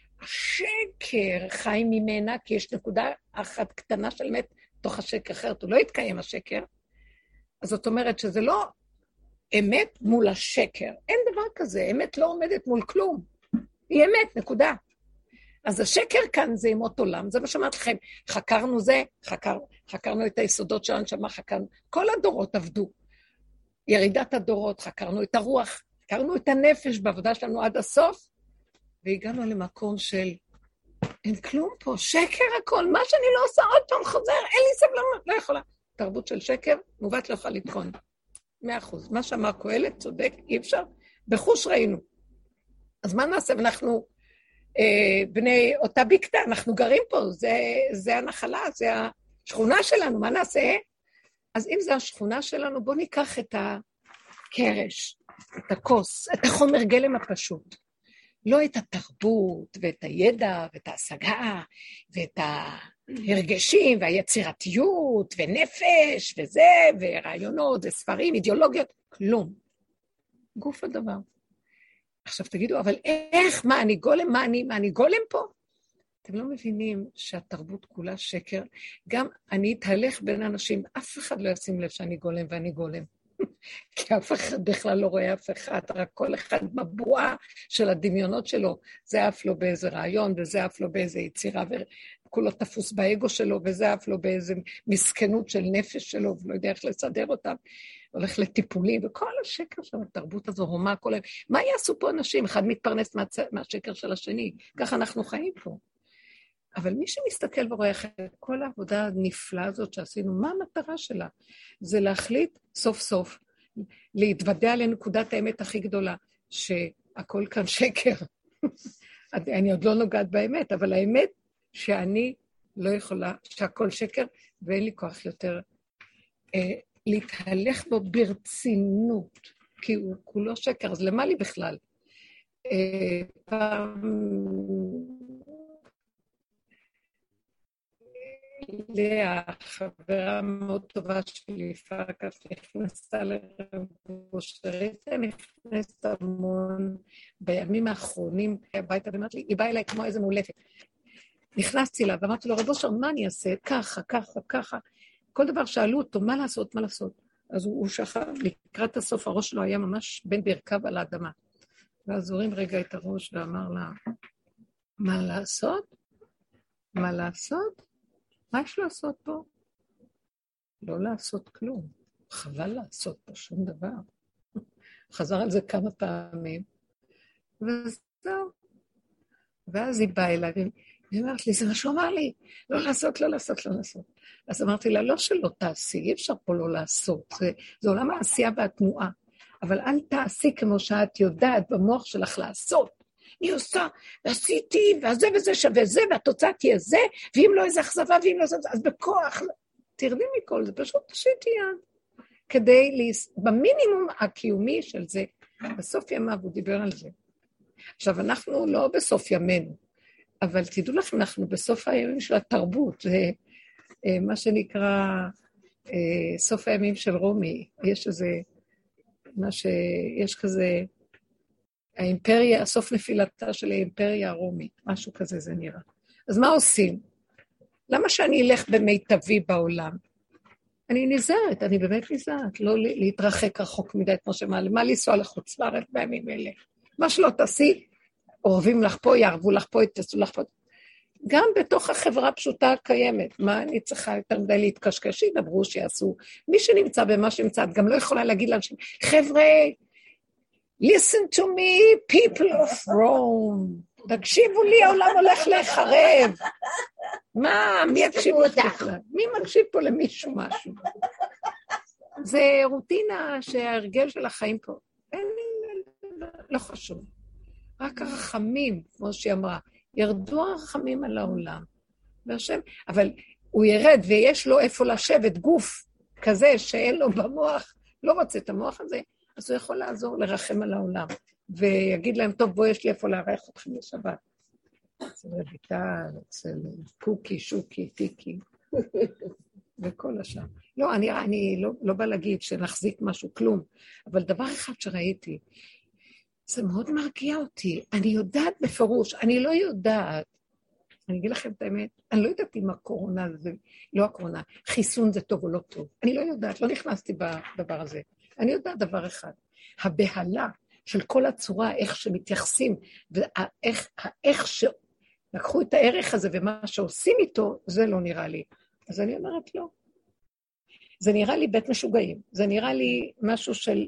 השקר חי ממנה, כי יש נקודה אחת קטנה של אמת תוך השקר, אחרת הוא לא יתקיים השקר. אז זאת אומרת שזה לא אמת מול השקר. אין דבר כזה, אמת לא עומדת מול כלום. היא אמת, נקודה. אז השקר כאן זה ימות עולם, זה מה שאמרת לכם, חקרנו זה, חקר, חקרנו את היסודות של הנשמה, חקרנו, כל הדורות עבדו. ירידת הדורות, חקרנו את הרוח, חקרנו את הנפש בעבודה שלנו עד הסוף, והגענו למקום של, אין כלום פה, שקר הכל, מה שאני לא עושה עוד פעם חוזר, אין לי סבלנות, לא יכולה. תרבות של שקר, מובט לא יכולה לתקון. מאה אחוז. מה שאמר קהלת, צודק, אי אפשר. בחוש ראינו. אז מה נעשה? אנחנו אה, בני אותה בקתה, אנחנו גרים פה, זה, זה הנחלה, זה השכונה שלנו, מה נעשה? אז אם זה השכונה שלנו, בוא ניקח את הקרש, את הכוס, את החומר גלם הפשוט. לא את התרבות, ואת הידע, ואת ההשגה, ואת הרגשים, והיצירתיות, ונפש, וזה, ורעיונות, וספרים, אידיאולוגיות, כלום. גוף הדבר. עכשיו תגידו, אבל איך, מה, אני גולם, מה אני, מה אני גולם פה? אתם לא מבינים שהתרבות כולה שקר. גם אני אתהלך בין אנשים, אף אחד לא ישים לב שאני גולם ואני גולם. כי אף אחד בכלל לא רואה אף אחד, רק כל אחד בבועה של הדמיונות שלו. זה אף לא באיזה רעיון, וזה אף לא באיזה יצירה, וכולו תפוס באגו שלו, וזה אף לא באיזה מסכנות של נפש שלו, ולא יודע איך לסדר אותם. הולך לטיפולים, וכל השקר של התרבות הזו, הומה, כל... מה יעשו פה אנשים? אחד מתפרנס מה... מהשקר של השני. ככה אנחנו חיים פה. אבל מי שמסתכל ורואה את כל העבודה הנפלאה הזאת שעשינו, מה המטרה שלה? זה להחליט סוף סוף, להתוודע לנקודת האמת הכי גדולה, שהכל כאן שקר. אני עוד לא נוגעת באמת, אבל האמת שאני לא יכולה, שהכל שקר, ואין לי כוח יותר אה, להתהלך בו ברצינות, כי הוא כולו שקר, אז למה לי בכלל? אה, פעם... לאה, חברה מאוד טובה שלי, פרקת, נכנסה לרבושרית, נכנסת המון בימים האחרונים, הביתה, ואמרת לי, היא באה אליי כמו איזה מולפת. נכנסתי לה, ואמרתי לו, רבושר, מה אני אעשה? ככה, ככה, ככה. כל דבר שאלו אותו, מה לעשות, מה לעשות? אז הוא, הוא שכב, לקראת הסוף, הראש שלו היה ממש בין ברכיו על האדמה. ואז הורים רגע את הראש ואמר לה, מה לעשות? מה לעשות? מה יש לעשות פה? לא לעשות כלום. חבל לעשות פה שום דבר. חזר על זה כמה פעמים. וזהו. ואז היא באה אליי, והיא אמרת לי, זה מה שהוא אמר לי, לא לעשות, לא לעשות, לא לעשות. אז אמרתי לה, לא שלא תעשי, אי אפשר פה לא לעשות. זה, זה עולם העשייה והתנועה. אבל אל תעשי כמו שאת יודעת במוח שלך לעשות. אני עושה, ועשיתי, והזה וזה שווה זה, והתוצאה תהיה זה, ואם לא איזה אכזבה, ואם לא איזה... אז בכוח, תרדי מכל זה, פשוט תשיתי יד. כדי, להס... במינימום הקיומי של זה, בסוף ימיו הוא דיבר על זה. עכשיו, אנחנו לא בסוף ימינו, אבל תדעו לכם, אנחנו בסוף הימים של התרבות, זה מה שנקרא סוף הימים של רומי. יש איזה, מה שיש כזה, האימפריה, סוף נפילתה של האימפריה הרומית, משהו כזה זה נראה. אז מה עושים? למה שאני אלך במיטבי בעולם? אני נזהרת, אני באמת נזהרת, לא להתרחק רחוק מדי כמו שמעלה, מה לנסוע לחוץ לארץ בימים אלה? מה שלא תעשי, אורבים לך פה, יערבו לך פה, יתעשו לך פה. גם בתוך החברה הפשוטה הקיימת, מה אני צריכה יותר מדי להתקשקש, שידברו, שיעשו. מי שנמצא במה שנמצא, את גם לא יכולה להגיד לאנשים, חבר'ה, listen to me, people of Rome, תקשיבו לי, העולם הולך להיחרב. מה, מי יקשיב לך? מי מקשיב פה למישהו משהו? זה רוטינה שההרגל של החיים פה. אין, לא חשוב. רק הרחמים, כמו שהיא אמרה, ירדו הרחמים על העולם. והשם, אבל הוא ירד ויש לו איפה לשבת, גוף כזה שאין לו במוח, לא רוצה את המוח הזה, אז הוא יכול לעזור לרחם על העולם. ויגיד להם, טוב, בוא, יש לי איפה להערך אתכם לשבת. אצל רביטל, אצל קוקי, שוקי, טיקי, וכל השאר. לא, אני, אני לא, לא בא להגיד שנחזיק משהו, כלום, אבל דבר אחד שראיתי, זה מאוד מרגיע אותי. אני יודעת בפירוש, אני לא יודעת, אני אגיד לכם את האמת, אני לא יודעת אם הקורונה זה, לא הקורונה, חיסון זה טוב או לא טוב. אני לא יודעת, לא נכנסתי בדבר הזה. אני יודעת דבר אחד, הבהלה של כל הצורה, איך שמתייחסים, ואיך איך שלקחו את הערך הזה ומה שעושים איתו, זה לא נראה לי. אז אני אומרת לא. זה נראה לי בית משוגעים, זה נראה לי משהו של...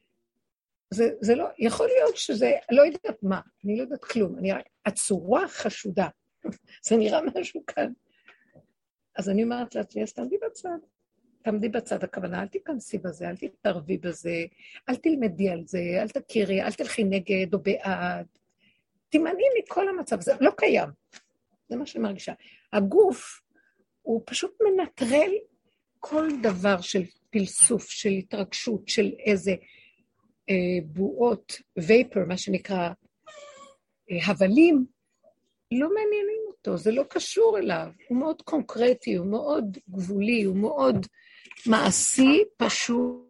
זה, זה לא, יכול להיות שזה, לא יודעת מה, אני לא יודעת כלום, אני, הצורה חשודה, זה נראה משהו כאן. אז אני אומרת לעצמי, אז תעמדי בצד, תעמדי בצד, הכוונה, אל תיכנסי בזה, אל תתערבי בזה, אל תלמדי על זה, אל תכירי, אל תלכי נגד או בעד, תימנעי מכל המצב, זה לא קיים, זה מה שאני מרגישה. הגוף הוא פשוט מנטרל כל דבר של פלסוף, של התרגשות, של איזה אה, בועות, וייפר, מה שנקרא, אה, הבלים, לא מעניינים אותו, זה לא קשור אליו, הוא מאוד קונקרטי, הוא מאוד גבולי, הוא מאוד מעשי, פשוט.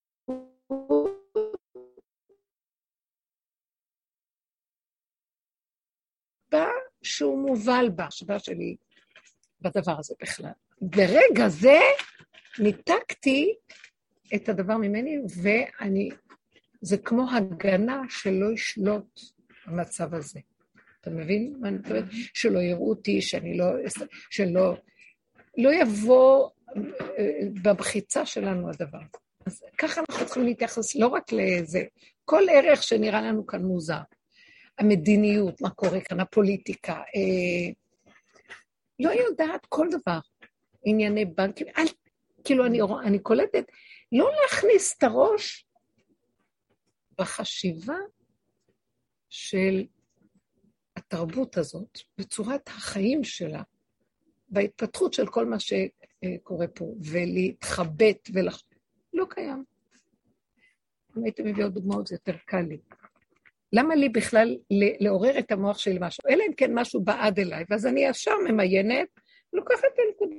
בא שהוא מובל בה, שבא שלי בדבר הזה בכלל. ברגע זה ניתקתי את הדבר ממני, ואני, זה כמו הגנה שלא ישלוט המצב הזה. אתה מבין מה אני אומרת? שלא יראו אותי, שאני לא, שלא, לא יבוא בבחיצה שלנו הדבר. אז ככה אנחנו צריכים להתייחס לא רק לזה, כל ערך שנראה לנו כאן מוזר. המדיניות, מה קורה כאן, הפוליטיקה, אה, לא יודעת כל דבר, ענייני בנקים, אל, כאילו אני, אני קולטת, לא להכניס את הראש בחשיבה של התרבות הזאת, בצורת החיים שלה, בהתפתחות של כל מה שקורה פה, ולהתחבט ולח... לא קיים. אם הייתם מביאות דוגמאות, זה יותר קל לי. למה לי בכלל לעורר את המוח שלי משהו? אלא אם כן משהו בעד אליי, ואז אני ישר ממיינת, לוקחת את הנקודה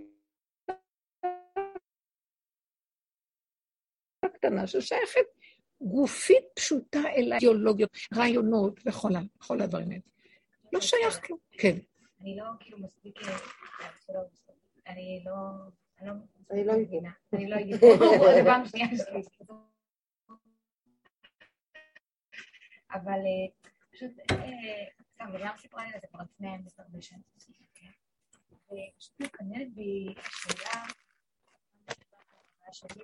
קטנה, ששייכת גופית פשוטה אליי, אידיאולוגיות, רעיונות וכל הדברים האלה. לא שייך כלום. כן. אני לא כאילו מספיק, אני לא, אני לא, אני לא מבינה. אני לא אגיד, זה פעם שנייה שלי. אבל פשוט, סתם, וגם סיפרה לי על זה כבר לפני הרבה שנים. ופשוט מקננת בי שאלה, שלי,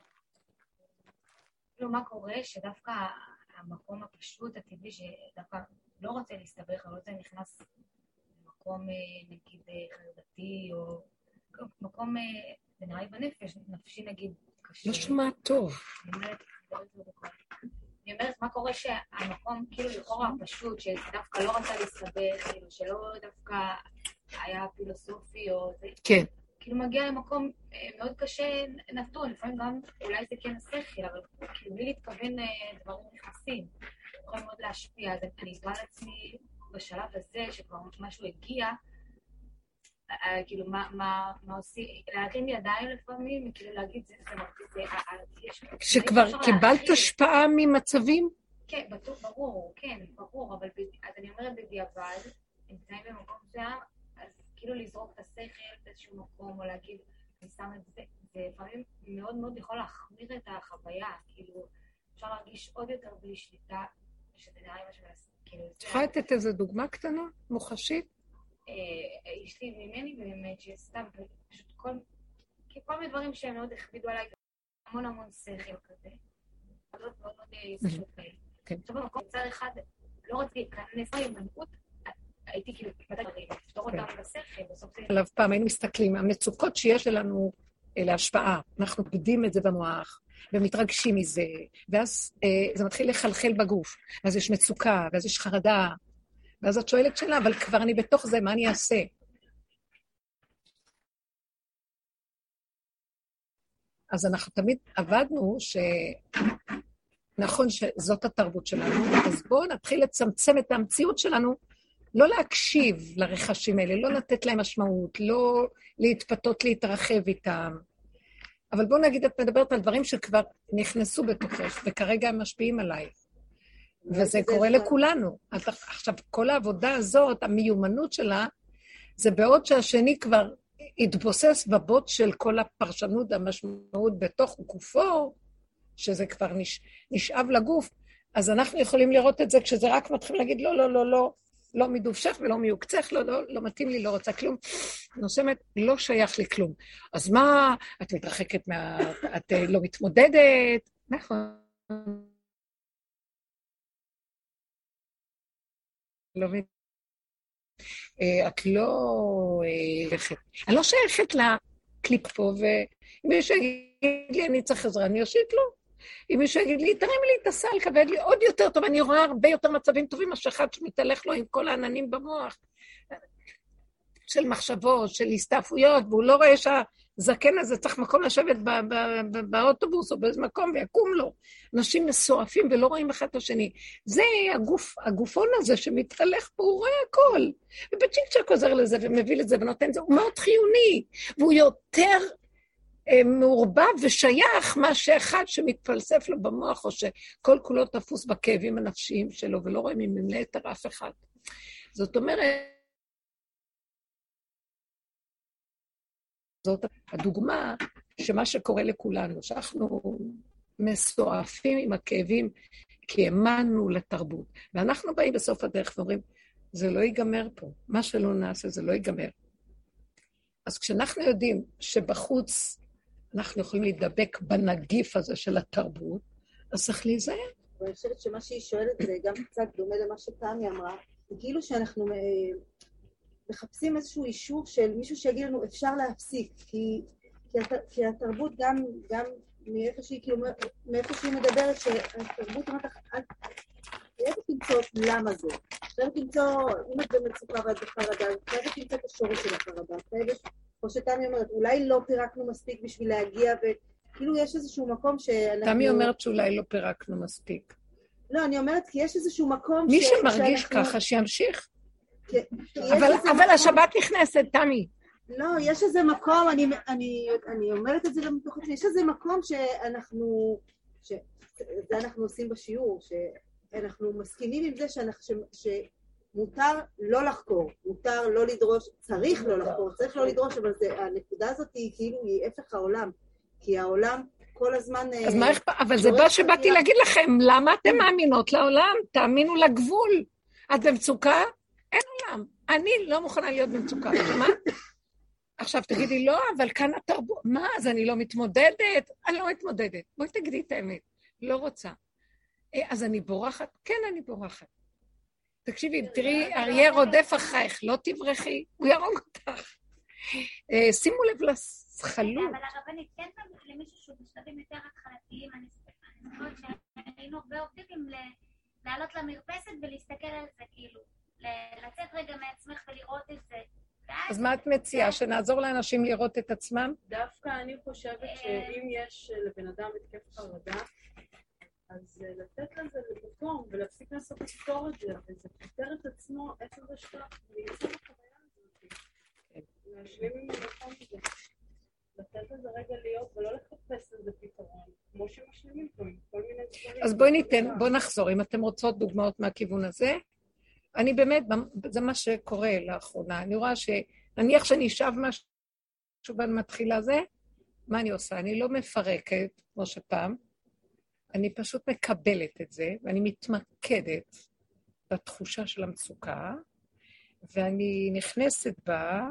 כאילו מה קורה שדווקא המקום הפשוט, הטבעי, שדווקא לא רוצה להסתבך, לא רוצה נכנס למקום, נגיד, חרדתי, או מקום, זה נראה לי בנפש, נפשי נגיד קשה. לא שומע טוב. אני אומרת, אני אומרת, מה קורה שהמקום, כאילו, לכאורה הפשוט, שדווקא לא רצה להסתבך, כאילו, שלא דווקא היה פילוסופי, או זה... כן. כאילו מגיע למקום מאוד קשה נתון, לפעמים גם אולי זה כן השכל, אבל כאילו בלי להתכוון דברים נכנסים, יכולים מאוד להשפיע, אז אני אקרא לעצמי בשלב הזה, שכבר משהו הגיע, כאילו מה עושים, להרים ידיים לפעמים, כאילו להגיד זה, זה מרגיש, שכבר קיבלת השפעה ממצבים? כן, ברור, כן, ברור, אבל אז אני אומרת בדיעבד, נמצאים במקום מסוים, כאילו לזרוק את השכל באיזשהו מקום, או להגיד, אני שם את זה, זה לפעמים מאוד מאוד יכול להחמיר את החוויה, כאילו, אפשר להרגיש עוד יותר בלי שליטה, שזה נראה לי משהו, כאילו... את יכולה לתת איזו דוגמה קטנה, מוחשית? יש לי ממני באמת, שסתם, פשוט כל, כל מיני דברים שהם מאוד הכבידו עליי, המון המון שכל כזה, מאוד מאוד מאוד פשוט כאלה. עכשיו במקום, מצד אחד, לא רציתי להיכנס להימנעות, הייתי כאילו, לפתור אותם בשכל, בסוף זה... עליו פעם היינו מסתכלים, המצוקות שיש לנו להשפעה, אנחנו פקדים את זה במוח, ומתרגשים מזה, ואז זה מתחיל לחלחל בגוף, ואז יש מצוקה, ואז יש חרדה, ואז את שואלת שאלה, אבל כבר אני בתוך זה, מה אני אעשה? אז אנחנו תמיד עבדנו ש... נכון שזאת התרבות שלנו, אז בואו נתחיל לצמצם את המציאות שלנו, לא להקשיב לרחשים האלה, לא לתת להם משמעות, לא להתפתות, להתרחב איתם. אבל בואו נגיד, את מדברת על דברים שכבר נכנסו בתוכך, וכרגע הם משפיעים עליי. וזה קורה לכולנו. עכשיו, כל העבודה הזאת, המיומנות שלה, זה בעוד שהשני כבר התבוסס בבוט של כל הפרשנות, המשמעות בתוך גופו, שזה כבר נש... נשאב לגוף, אז אנחנו יכולים לראות את זה כשזה רק מתחיל להגיד, לא, לא, לא, לא, לא מדובשך ולא מיוקצך, לא, לא, לא מתאים לי, לא רוצה כלום. נושמת, לא שייך לי כלום. אז מה, את מתרחקת מה... את לא מתמודדת? נכון. לא מת... את לא הולכת. אני לא שייכת לקליפ פה, ואם מישהו יגיד לי, אני צריך עזרה, אני אושיט לו. אם מישהו יגיד לי, תרים לי את הסל, כבד לי עוד יותר טוב, אני רואה הרבה יותר מצבים טובים, מאשר אחד שמתהלך לו עם כל העננים במוח, של מחשבות, של הסתעפויות, והוא לא רואה שהזקן הזה צריך מקום לשבת באוטובוס או באיזה מקום, ויקום לו. אנשים מסועפים ולא רואים אחד את השני. זה הגוף, הגופון הזה שמתהלך פה, הוא רואה הכל. ובצ'יק-צ'ק עוזר לזה ומביא לזה ונותן את זה, הוא מאוד חיוני, והוא יותר... מעורבב ושייך מה שאחד שמתפלסף לו במוח, או שכל כולו תפוס בכאבים הנפשיים שלו, ולא רואים אם ממלא את אף אחד. זאת אומרת, זאת הדוגמה שמה שקורה לכולנו, שאנחנו מסועפים עם הכאבים, כי האמנו לתרבות. ואנחנו באים בסוף הדרך ואומרים, זה לא ייגמר פה, מה שלא נעשה זה לא ייגמר. אז כשאנחנו יודעים שבחוץ אנחנו יכולים להידבק בנגיף הזה של התרבות, אז צריך להיזהר. ואני חושבת שמה שהיא שואלת זה גם קצת דומה למה שפעמי אמרה, זה כאילו שאנחנו מחפשים איזשהו אישור של מישהו שיגיד לנו אפשר להפסיק, כי, כי, הת, כי התרבות גם, גם מאיפה שהיא, כאילו, מאיפה שהיא מדברת, שהתרבות אומרת, איך תמצוא למה זה? חייבת למצוא, אם את במצוקה ואת בחרדה, חייבת למצוא את השורש של החרדה, חייבת, כמו שתמי אומרת, אולי לא פירקנו מספיק בשביל להגיע, וכאילו יש איזשהו מקום שאנחנו... תמי אומרת שאולי לא פירקנו מספיק. לא, אני אומרת, כי יש איזשהו מקום מי שמרגיש ככה, שימשיך. אבל השבת נכנסת, תמי. לא, יש איזה מקום, אני אומרת את זה גם מתוך עצמי, יש איזה מקום שאנחנו, שזה אנחנו עושים בשיעור, שאנחנו מסכימים עם זה שמותר לא לחקור, מותר לא לדרוש, צריך לא לחקור, צריך לא לדרוש, אבל הנקודה הזאת היא כאילו, היא הפך העולם, כי העולם כל הזמן... אז מה אכפת? אבל זה מה שבאתי להגיד לכם, למה אתם מאמינות לעולם? תאמינו לגבול. את במצוקה? אין עולם. אני לא מוכנה להיות במצוקה, מה? עכשיו תגידי, לא, אבל כאן התרבות, מה, אז אני לא מתמודדת? אני לא מתמודדת. בואי תגידי את האמת, לא רוצה. אז אני בורחת? כן, אני בורחת. תקשיבי, תראי, אריה רודף אחריך, לא תברחי, הוא ירוג אותך. שימו לב לסחלות. אבל הרבנית, כן למישהו שהוא בשלבים יותר התחלתיים, אני זוכרת שהיינו הרבה עובדים עם לעלות למרפסת ולהסתכל על זה, כאילו, לצאת רגע מעצמך ולראות את זה. אז מה את מציעה? שנעזור לאנשים לראות את עצמם? דווקא אני חושבת שאם יש לבן אדם התקף חרדה, אז לתת לזה למקום ולהפסיק לעשות לפתור את זה, וזה פותר את עצמו עשר ושלח, ויצא בחוויה הזאת. להשלים עם המקום הזה. לתת לזה רגע להיות ולא לחפש לזה פתרון, כמו שמשלימים פה עם כל מיני דברים. אז בואי ניתן, בואי נחזור, אם אתם רוצות דוגמאות מהכיוון הזה, אני באמת, זה מה שקורה לאחרונה, אני רואה שנניח שאני אשב משהו במתחילה זה, מה אני עושה? אני לא מפרקת, כמו שפעם, אני פשוט מקבלת את זה, ואני מתמקדת בתחושה של המצוקה, ואני נכנסת בה,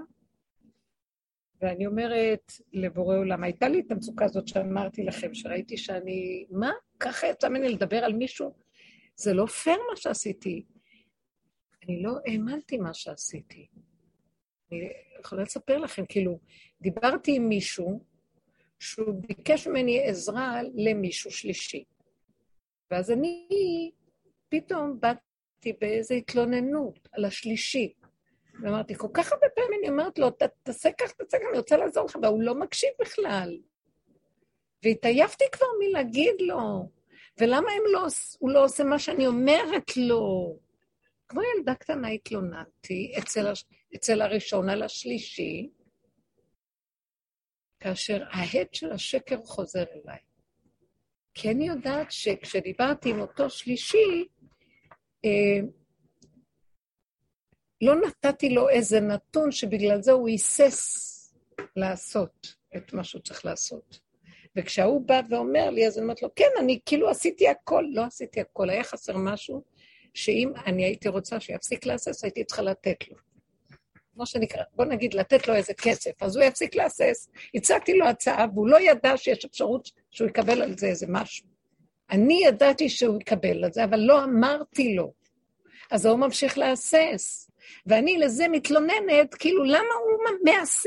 ואני אומרת לבורא עולם, הייתה לי את המצוקה הזאת שאמרתי לכם, שראיתי שאני, מה? ככה יצא ממני לדבר על מישהו? זה לא פייר מה שעשיתי. אני לא האמנתי מה שעשיתי. אני יכולה לספר לכם, כאילו, דיברתי עם מישהו, שהוא ביקש ממני עזרה למישהו שלישי. ואז אני פתאום באתי באיזו התלוננות על השלישי. ואמרתי, כל כך הרבה פעמים אני אומרת לו, תעשה כך, תעשה כך, אני רוצה לעזור לך, והוא לא מקשיב בכלל. והתעייפתי כבר מלהגיד לו, ולמה לא, הוא לא עושה מה שאני אומרת לו? כמו ילדה קטנה התלוננתי אצל, אצל הראשון על השלישי, כאשר ההד של השקר חוזר אליי. כי אני יודעת שכשדיברתי עם אותו שלישי, אה, לא נתתי לו איזה נתון שבגלל זה הוא היסס לעשות את מה שהוא צריך לעשות. וכשהוא בא ואומר לי, אז אני אומרת לו, כן, אני כאילו עשיתי הכל, לא עשיתי הכל, היה חסר משהו, שאם אני הייתי רוצה שיפסיק לעסס, הייתי צריכה לתת לו. כמו שנקרא, בוא נגיד, לתת לו איזה כסף, אז הוא יפסיק לעסס, הצעתי לו הצעה, והוא לא ידע שיש אפשרות שהוא יקבל על זה איזה משהו. אני ידעתי שהוא יקבל על זה, אבל לא אמרתי לו. אז הוא ממשיך לעסס. ואני לזה מתלוננת, כאילו, למה הוא מעשה?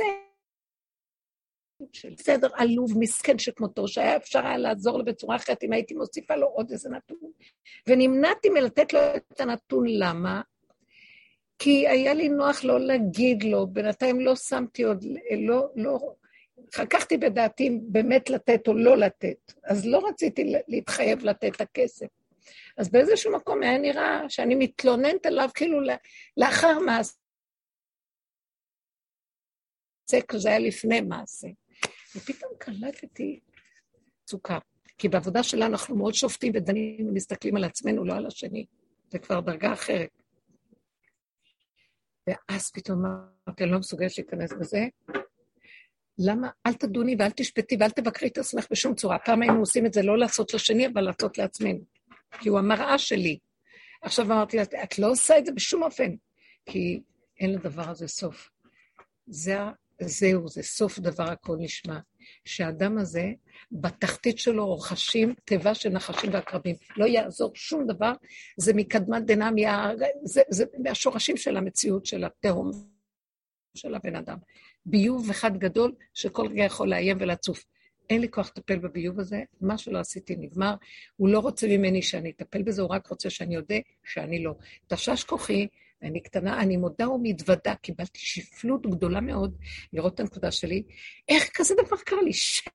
בסדר, עלוב, מסכן שכמותו, שהיה אפשר היה לעזור לו בצורה אחרת, אם הייתי מוסיפה לו עוד איזה נתון. ונמנעתי מלתת לו את הנתון, למה? כי היה לי נוח לא להגיד לו, בינתיים לא שמתי עוד, לא, לא, חככתי בדעתי באמת לתת או לא לתת, אז לא רציתי להתחייב לתת את הכסף. אז באיזשהו מקום היה נראה שאני מתלוננת עליו כאילו לאחר מעשה, זה היה לפני מעשה. ופתאום קלטתי צוקה, כי בעבודה שלנו אנחנו מאוד שופטים ודנים ומסתכלים על עצמנו, לא על השני, זה כבר דרגה אחרת. ואז פתאום אמרתי, אני לא מסוגלת להיכנס בזה, למה? אל תדוני ואל תשפטי ואל תבקרי את עצמך בשום צורה. פעם היינו עושים את זה לא לעשות לשני, אבל לעשות לעצמנו. כי הוא המראה שלי. עכשיו אמרתי, את לא עושה את זה בשום אופן, כי אין לדבר הזה סוף. זה, זהו, זה סוף דבר הכל נשמע. שהאדם הזה, בתחתית שלו רוחשים, טבע של נחשים והקרבים. לא יעזור שום דבר, זה מקדמת דנא, זה, זה מהשורשים של המציאות של התהום של הבן אדם. ביוב אחד גדול שכל רגע יכול לאיים ולצוף. אין לי כוח לטפל בביוב הזה, מה שלא עשיתי נגמר, הוא לא רוצה ממני שאני אטפל בזה, הוא רק רוצה שאני יודע שאני לא. תשש כוחי, אני קטנה, אני מודה ומתוודה, קיבלתי שפלות גדולה מאוד לראות את הנקודה שלי, איך כזה דבר קרה לי? ש...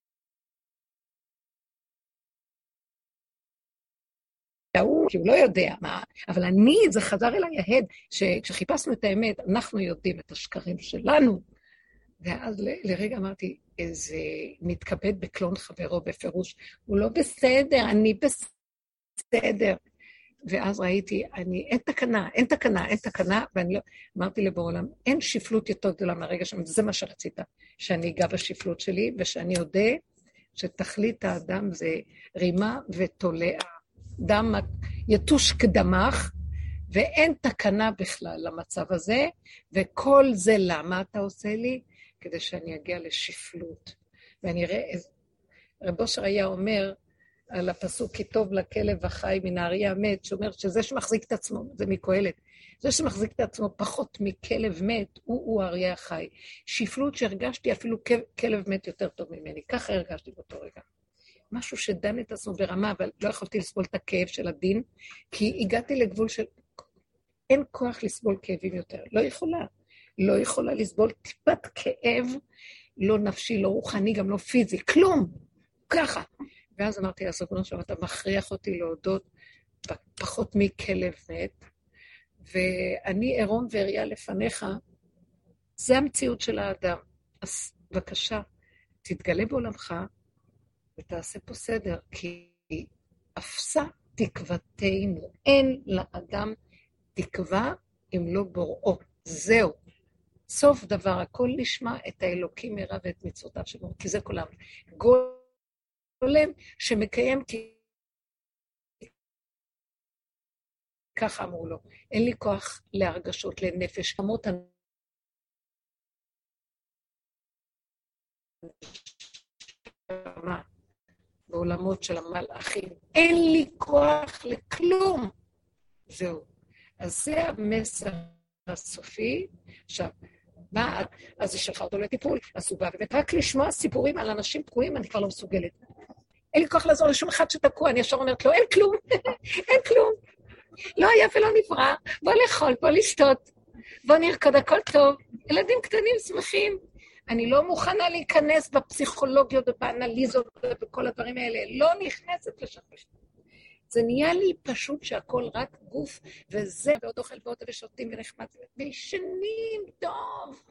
כי הוא לא יודע מה, אבל אני, זה חזר אליי ההד, שכשחיפשנו את האמת, אנחנו יודעים את השקרים שלנו, ואז ל- לרגע אמרתי, איזה מתכבד בקלון חברו בפירוש, הוא לא בסדר, אני בסדר. ואז ראיתי, אני, אין תקנה, אין תקנה, אין תקנה, ואני לא, אמרתי לבורא עולם, אין שפלות יותר גדולה מהרגע שם, זה מה שרצית, שאני אגע בשפלות שלי, ושאני יודע שתכלית האדם זה רימה ותולע, דם יתוש כדמך, ואין תקנה בכלל למצב הזה, וכל זה למה אתה עושה לי? כדי שאני אגיע לשפלות. ואני אראה, רב אושר היה אומר על הפסוק, כי טוב לכלב החי מן האריה המת, שאומר שזה שמחזיק את עצמו, זה מקהלת, זה שמחזיק את עצמו פחות מכלב מת, הוא הוא האריה החי. שפלות שהרגשתי אפילו כלב מת יותר טוב ממני, ככה הרגשתי באותו רגע. משהו שדן את עצמו ברמה, אבל לא יכולתי לסבול את הכאב של הדין, כי הגעתי לגבול של, אין כוח לסבול כאבים יותר, לא יכולה. לא יכולה לסבול טיפת כאב, לא נפשי, לא רוחני, גם לא פיזי, כלום, ככה. ואז אמרתי לסוכנו שם, אתה מכריח אותי להודות פחות מכלב מת, ואני עירום ועריה לפניך, זה המציאות של האדם. אז בבקשה, תתגלה בעולמך, ותעשה פה סדר, כי אפסה תקוותנו, אין לאדם תקווה אם לא בוראו, זהו. סוף דבר, הכל נשמע את האלוקים מרע ואת מצוותיו שבו, כי זה כולם. גולם שמקיים כי... ככה אמרו לו, אין לי כוח להרגשות, לנפש, אמות הנשמה, בעולמות של המלאכים, אין לי כוח לכלום. זהו. אז זה המסר הסופי. עכשיו, מה, אז זה שלחה אותו לטיפול, אז הוא בא, באמת רק לשמוע סיפורים על אנשים תקועים, אני כבר לא מסוגלת. אין לי כוח לעזור לשום אחד שתקוע, אני ישר אומרת לו, אין כלום, אין כלום. לא היה ולא נברא, בוא לאכול, בוא לשתות, בוא נרקוד, הכל טוב. ילדים קטנים שמחים. אני לא מוכנה להיכנס בפסיכולוגיות ובאנליזות ובכל הדברים האלה, לא נכנסת לשם. זה נהיה לי פשוט שהכל רק גוף, וזה, ועוד אוכל ועוד ושותים ונחמד, וישנים טוב.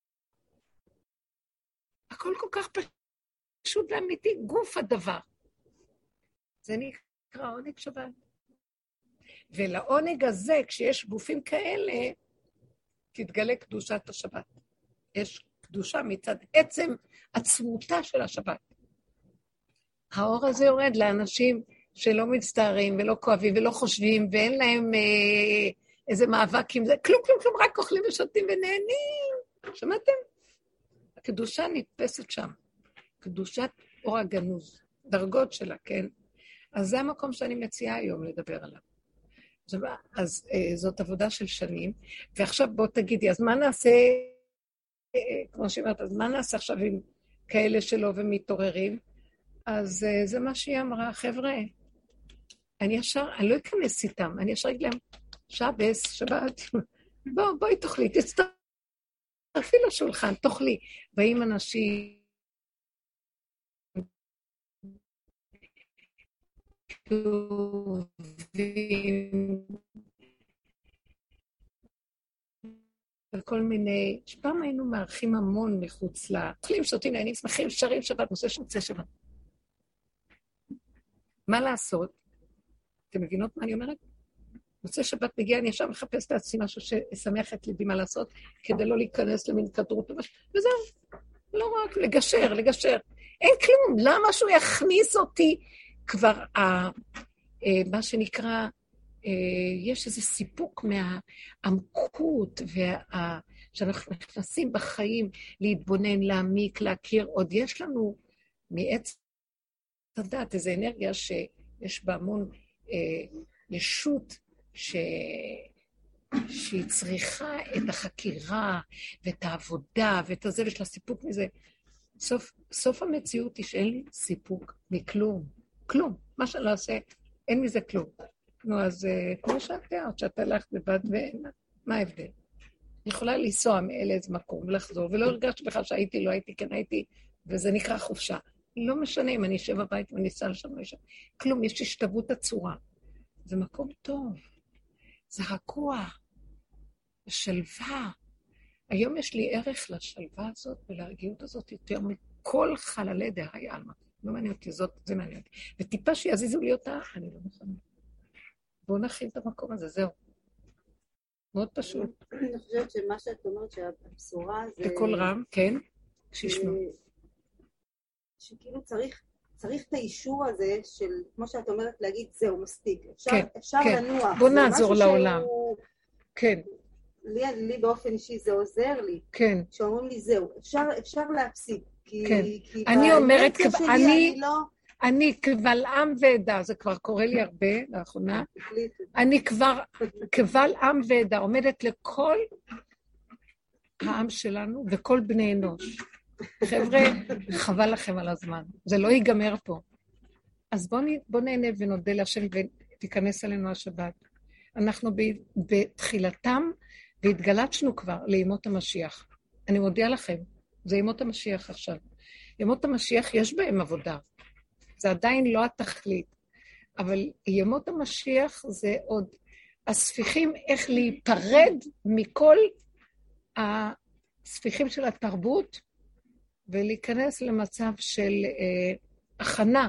הכל כל כך פשוט ואמיתי, גוף הדבר. זה נקרא עונג שבת. ולעונג הזה, כשיש גופים כאלה, תתגלה קדושת השבת. יש קדושה מצד עצם עצמותה של השבת. האור הזה יורד לאנשים שלא מצטערים ולא כואבים ולא חושבים, ואין להם אה, איזה מאבק עם זה, כלום, כלום, כלום, רק אוכלים ושותים ונהנים. שמעתם? הקדושה נתפסת שם. קדושת אור הגנוז, דרגות שלה, כן? אז זה המקום שאני מציעה היום לדבר עליו. אז, אז אה, זאת עבודה של שנים, ועכשיו בוא תגידי, אז מה נעשה, אה, כמו שאומרת, אז מה נעשה עכשיו עם כאלה שלא ומתעוררים? אז אה, זה מה שהיא אמרה, חבר'ה, אני ישר, אני לא אכנס איתם, אני ישר אגיד להם, שבס, שבת, בוא, בואי תאכלי, תצטרפי לשולחן, תאכלי. באים אנשים, וכל מיני, שפעם היינו מארחים המון מחוץ לה, אוכלים, שותים, נהנים, שמחים, שרים שבת, נושא שמוצא שבת. מה לעשות? אתם מבינות מה אני אומרת? מוצא שבת מגיע, אני עכשיו מחפש לעצמי משהו ששמח את ליבי מה לעשות, כדי לא להיכנס למין כדרות, וזהו, לא רק לגשר, לגשר. אין כלום, למה שהוא יכניס אותי כבר, ה, מה שנקרא, יש איזה סיפוק מהעמקות, וה, שאנחנו נכנסים בחיים להתבונן, להעמיק, להכיר, עוד יש לנו מעץ הדת, איזו אנרגיה שיש בה המון אה, ישות ש... שהיא צריכה את החקירה ואת העבודה ואת הזה, ויש לה סיפוק מזה. סוף, סוף המציאות היא שאין לי סיפוק מכלום, כלום. מה שאני לא אעשה, אין מזה כלום. נו, אז uh, כמו שאת תיארת, שאת הלכת לבד ואין, מה ההבדל? אני יכולה לנסוע מאיזה מקום, לחזור, ולא הרגשתי בכלל שהייתי, לא הייתי, כן הייתי, וזה נקרא חופשה. לא משנה אם אני אשב בבית וניסע לשם, לא ישב. כלום, יש השתוות הצורה. זה מקום טוב, זה רגוע, שלווה. היום יש לי ערך לשלווה הזאת ולרגיעות הזאת יותר מכל חללי דהי עלמא. לא מעניין אותי, זאת, זה מעניין אותי. וטיפה שיזיזו לי אותה, אני לא מוכנה. בואו נכין את המקום הזה, זהו. מאוד פשוט. אני חושבת שמה שאת אומרת, שהבשורה זה... בכל רם, כן, שישמעו. שכאילו צריך, צריך את האישור הזה של, כמו שאת אומרת, להגיד, זהו, מספיק. אפשר, כן, אפשר כן. לנוח. בוא נעזור לעולם. שהוא... כן. לי, לי באופן אישי זה עוזר לי. כן. שאומרים לי, זהו, אפשר, אפשר להפסיק. כי, כן. כי אני אומרת, שלי, אני, אני לא... אני קבל עם ועדה, זה כבר קורה לי הרבה לאחרונה, אני כבר קבל עם ועדה, עומדת לכל העם שלנו וכל בני אנוש. חבר'ה, חבל לכם על הזמן, זה לא ייגמר פה. אז בואו בוא נהנה ונודה להשם ותיכנס אלינו השבת. אנחנו בתחילתם והתגלצנו כבר לימות המשיח. אני מודיע לכם, זה ימות המשיח עכשיו. ימות המשיח יש בהם עבודה. זה עדיין לא התכלית, אבל ימות המשיח זה עוד הספיחים איך להיפרד מכל הספיחים של התרבות, ולהיכנס למצב של אה, הכנה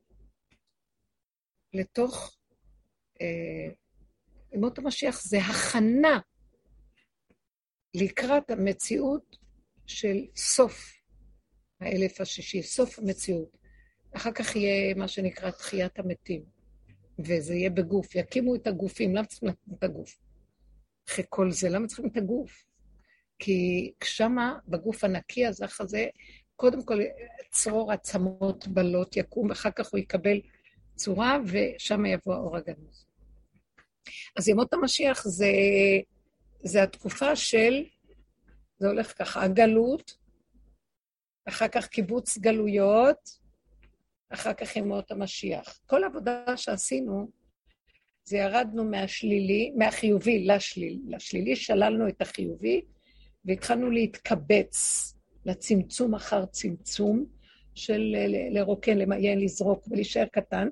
לתוך, אה, ימות המשיח זה הכנה לקראת המציאות של סוף האלף השישי, סוף המציאות. אחר כך יהיה מה שנקרא תחיית המתים, וזה יהיה בגוף, יקימו את הגופים, למה צריכים להקים את הגוף? אחרי כל זה, למה צריכים את הגוף? כי כשמה, בגוף הנקי הזה, הזה, קודם כל צרור עצמות בלות יקום, ואחר כך הוא יקבל צורה, ושם יבוא האור הגנוז. אז ימות המשיח זה, זה התקופה של, זה הולך ככה, הגלות, אחר כך קיבוץ גלויות, אחר כך ימות המשיח. כל העבודה שעשינו, זה ירדנו מהשלילי, מהחיובי לשלילי, לשלילי שללנו את החיובי, והתחלנו להתקבץ לצמצום אחר צמצום, של לרוקן, למיין, לזרוק ולהישאר קטן,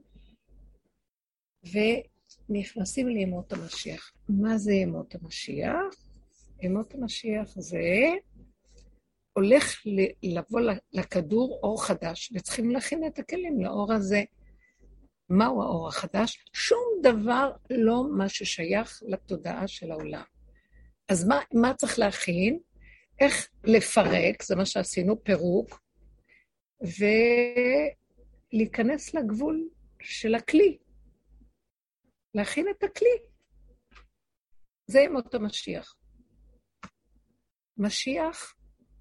ונכנסים לימות המשיח. מה זה ימות המשיח? ימות המשיח זה הולך לבוא לכדור אור חדש, וצריכים להכין את הכלים לאור הזה. מהו האור החדש? שום דבר לא מה ששייך לתודעה של העולם. אז מה, מה צריך להכין? איך לפרק, זה מה שעשינו, פירוק, ולהיכנס לגבול של הכלי. להכין את הכלי. זה ימות המשיח. משיח,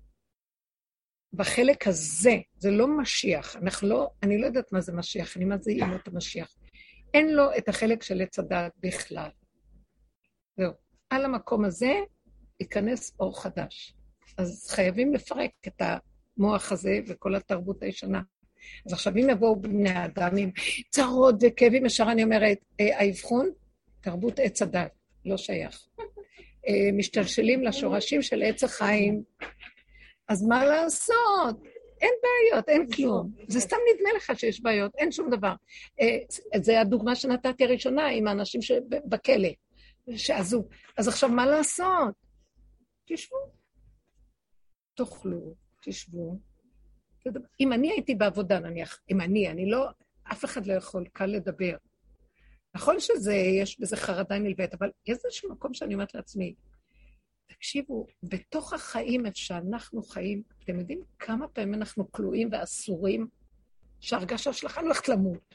בחלק הזה, זה לא משיח, אנחנו לא, אני לא יודעת מה זה משיח, אני מה זה ימות המשיח. אין לו את החלק של עץ הדעת בכלל. זהו. על המקום הזה ייכנס אור חדש. אז חייבים לפרק את המוח הזה וכל התרבות הישנה. אז עכשיו אם יבואו בני אדם עם צרות וכאבים, ישר אני אומרת, האבחון, תרבות עץ הדעת, לא שייך. משתלשלים לשורשים של עץ החיים, אז מה לעשות? אין בעיות, אין כלום. זה סתם נדמה לך שיש בעיות, אין שום דבר. זה הדוגמה שנתתי הראשונה עם האנשים שבכלא, שעזו. אז עכשיו מה לעשות? תשבו. תאכלו, תשבו. אם אני הייתי בעבודה, נניח, אם אני, אני לא, אף אחד לא יכול קל לדבר. נכון שזה, יש בזה חרדה נלווית, אבל איזשהו מקום שאני אומרת לעצמי, תקשיבו, בתוך החיים שאנחנו חיים, אתם יודעים כמה פעמים אנחנו כלואים ואסורים, שהרגשה שלכם הולכת למות.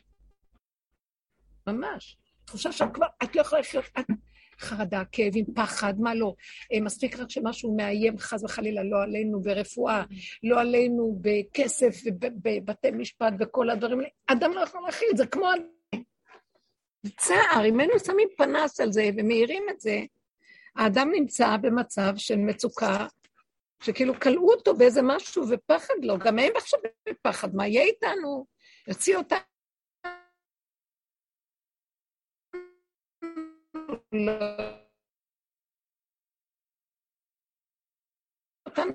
ממש. תחושה שכבר, את לא יכולה לחיות, את חרדה, כאבים, פחד, מה לא. מספיק רק שמשהו מאיים חס וחלילה, לא עלינו ברפואה, לא עלינו בכסף, בבתי משפט וכל הדברים. אדם לא יכול להכיל את זה, כמו צער, אם היינו שמים פנס על זה ומאירים את זה, האדם נמצא במצב של מצוקה שכאילו קלעו אותו באיזה משהו ופחד לו, גם הם עכשיו בפחד, מה יהיה איתנו? יוציא אותנו. אותנו,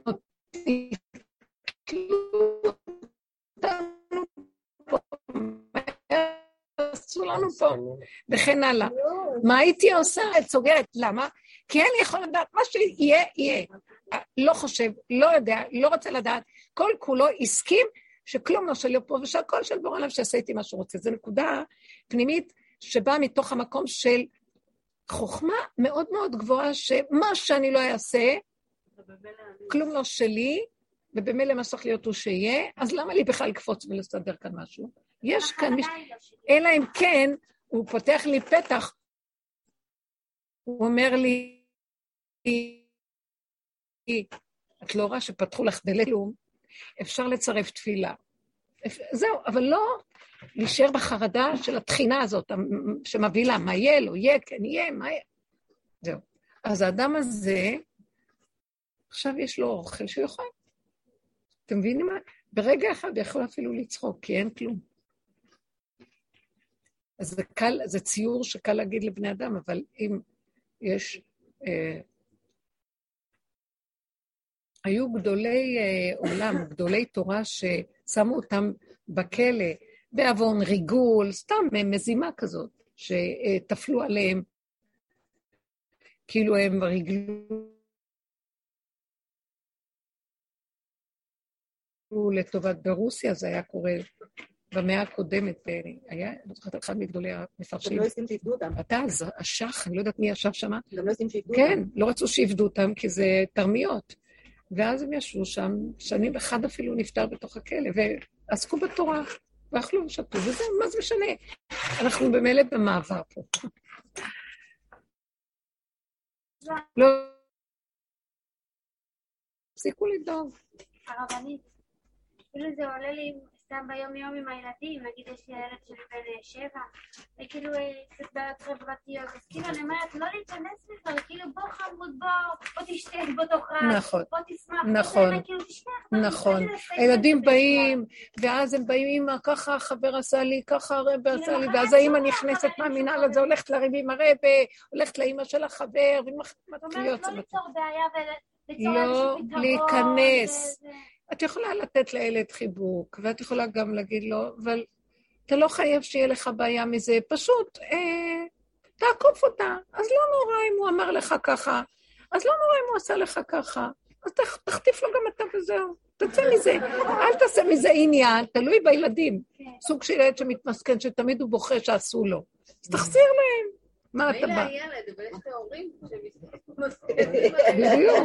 עשו לנו פה, וכן הלאה. מה הייתי עושה? את סוגרת, למה? כי אני יכול לדעת, מה שיהיה, יהיה. לא חושב, לא יודע, לא רוצה לדעת, כל כולו הסכים שכלום לא שלי פה, ושהכל של בורא עליו שעשה איתי מה שהוא רוצה. זו נקודה פנימית שבאה מתוך המקום של חוכמה מאוד מאוד גבוהה, שמה שאני לא אעשה, כלום לא שלי, ובמילא מה צריך להיות הוא שיהיה, אז למה לי בכלל לקפוץ ולסדר כאן משהו? יש כאן מישהו, אלא אם כן, הוא פותח לי פתח, הוא אומר לי, את לא רואה שפתחו לך דלת כלום, אפשר לצרף תפילה. זהו, אבל לא להישאר בחרדה של התחינה הזאת, שמביא לה, מה יהיה לו, יהיה, כן יהיה, מה יהיה. זהו. אז האדם הזה, עכשיו יש לו אוכל שהוא יכול. אתם מבינים מה? ברגע אחד יכול אפילו לצחוק, כי אין כלום. אז זה קל, זה ציור שקל להגיד לבני אדם, אבל אם יש, אה, היו גדולי אה, עולם, גדולי תורה ששמו אותם בכלא, בעוון ריגול, סתם מזימה כזאת, שתפלו עליהם, כאילו הם ריגלו, לטובת ברוסיה, זה היה קורה במאה הקודמת, היה, לא זוכרת, אחד מגדולי המפרשים. גם לא עושים שיפדו אותם. אתה, אז השח, אני לא יודעת מי ישב שם. גם לא עושים שיפדו אותם. כן, לא רצו שיפדו אותם, כי זה תרמיות. ואז הם ישבו שם, שנים אחד אפילו נפטר בתוך הכלא, ועסקו בתורה, ואכלו ושתו, וזה, מה זה משנה? אנחנו במילא במעבר פה. לא, הפסיקו לדאוג. הרבנית, כאילו זה עולה לי סתם ביום יום עם הילדים, נגיד יש לי הילד שלי בן שבע, וכאילו קצת בעיות חברתיות, אז כאילו אני אומרת, לא להיכנס בכלל, כאילו בוא חמוד, בוא, בוא תשתק, בוא תאכל, נכון, בוא תשמח, נכון, כאילו תשכח, נכון. הילדים באים, ואז הם באים, אמא, ככה החבר עשה לי, ככה הרבה עשה לי, ואז האמא נכנסת מהמנהל הזה, הולכת לריב עם הרבה, הולכת לאמא של החבר, ומתחילות. לא ליצור בעיה וליצור לא איזשהו פתרון. להיכנס. את יכולה לתת לילד חיבוק, ואת יכולה גם להגיד לו, אבל אתה לא חייב שיהיה לך בעיה מזה, פשוט אה, תעקוף אותה. אז לא נורא אם הוא אמר לך ככה, אז לא נורא אם הוא עשה לך ככה, אז תח, תחטיף לו גם אתה וזהו, תצא מזה. אל תעשה מזה עניין, תלוי בילדים. סוג של ילד שמתמסכן, שתמיד הוא בוכה שעשו לו. אז תחזיר להם. מה אתה בא? מילא הילד, אבל יש את ההורים שמתמסכנים. בדיוק.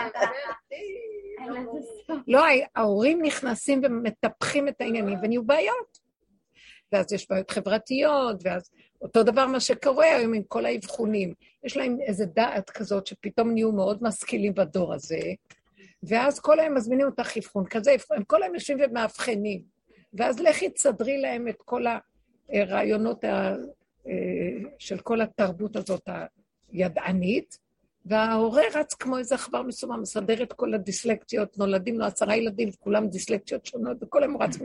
לא, ההורים נכנסים ומטפחים את העניינים ונהיו בעיות. ואז יש בעיות חברתיות, ואז אותו דבר מה שקורה היום עם כל האבחונים. יש להם איזו דעת כזאת שפתאום נהיו מאוד משכילים בדור הזה, ואז כל היום מזמינים אותך אבחון כזה, הם כל היום יושבים ומאבחנים, ואז לכי תסדרי להם את כל הרעיונות של כל התרבות הזאת הידענית, וההורה רץ כמו איזה עכבר מסומם, מסדר את כל הדיסלקציות, נולדים לו עשרה ילדים, וכולם דיסלקציות שונות, וכל הם רץ.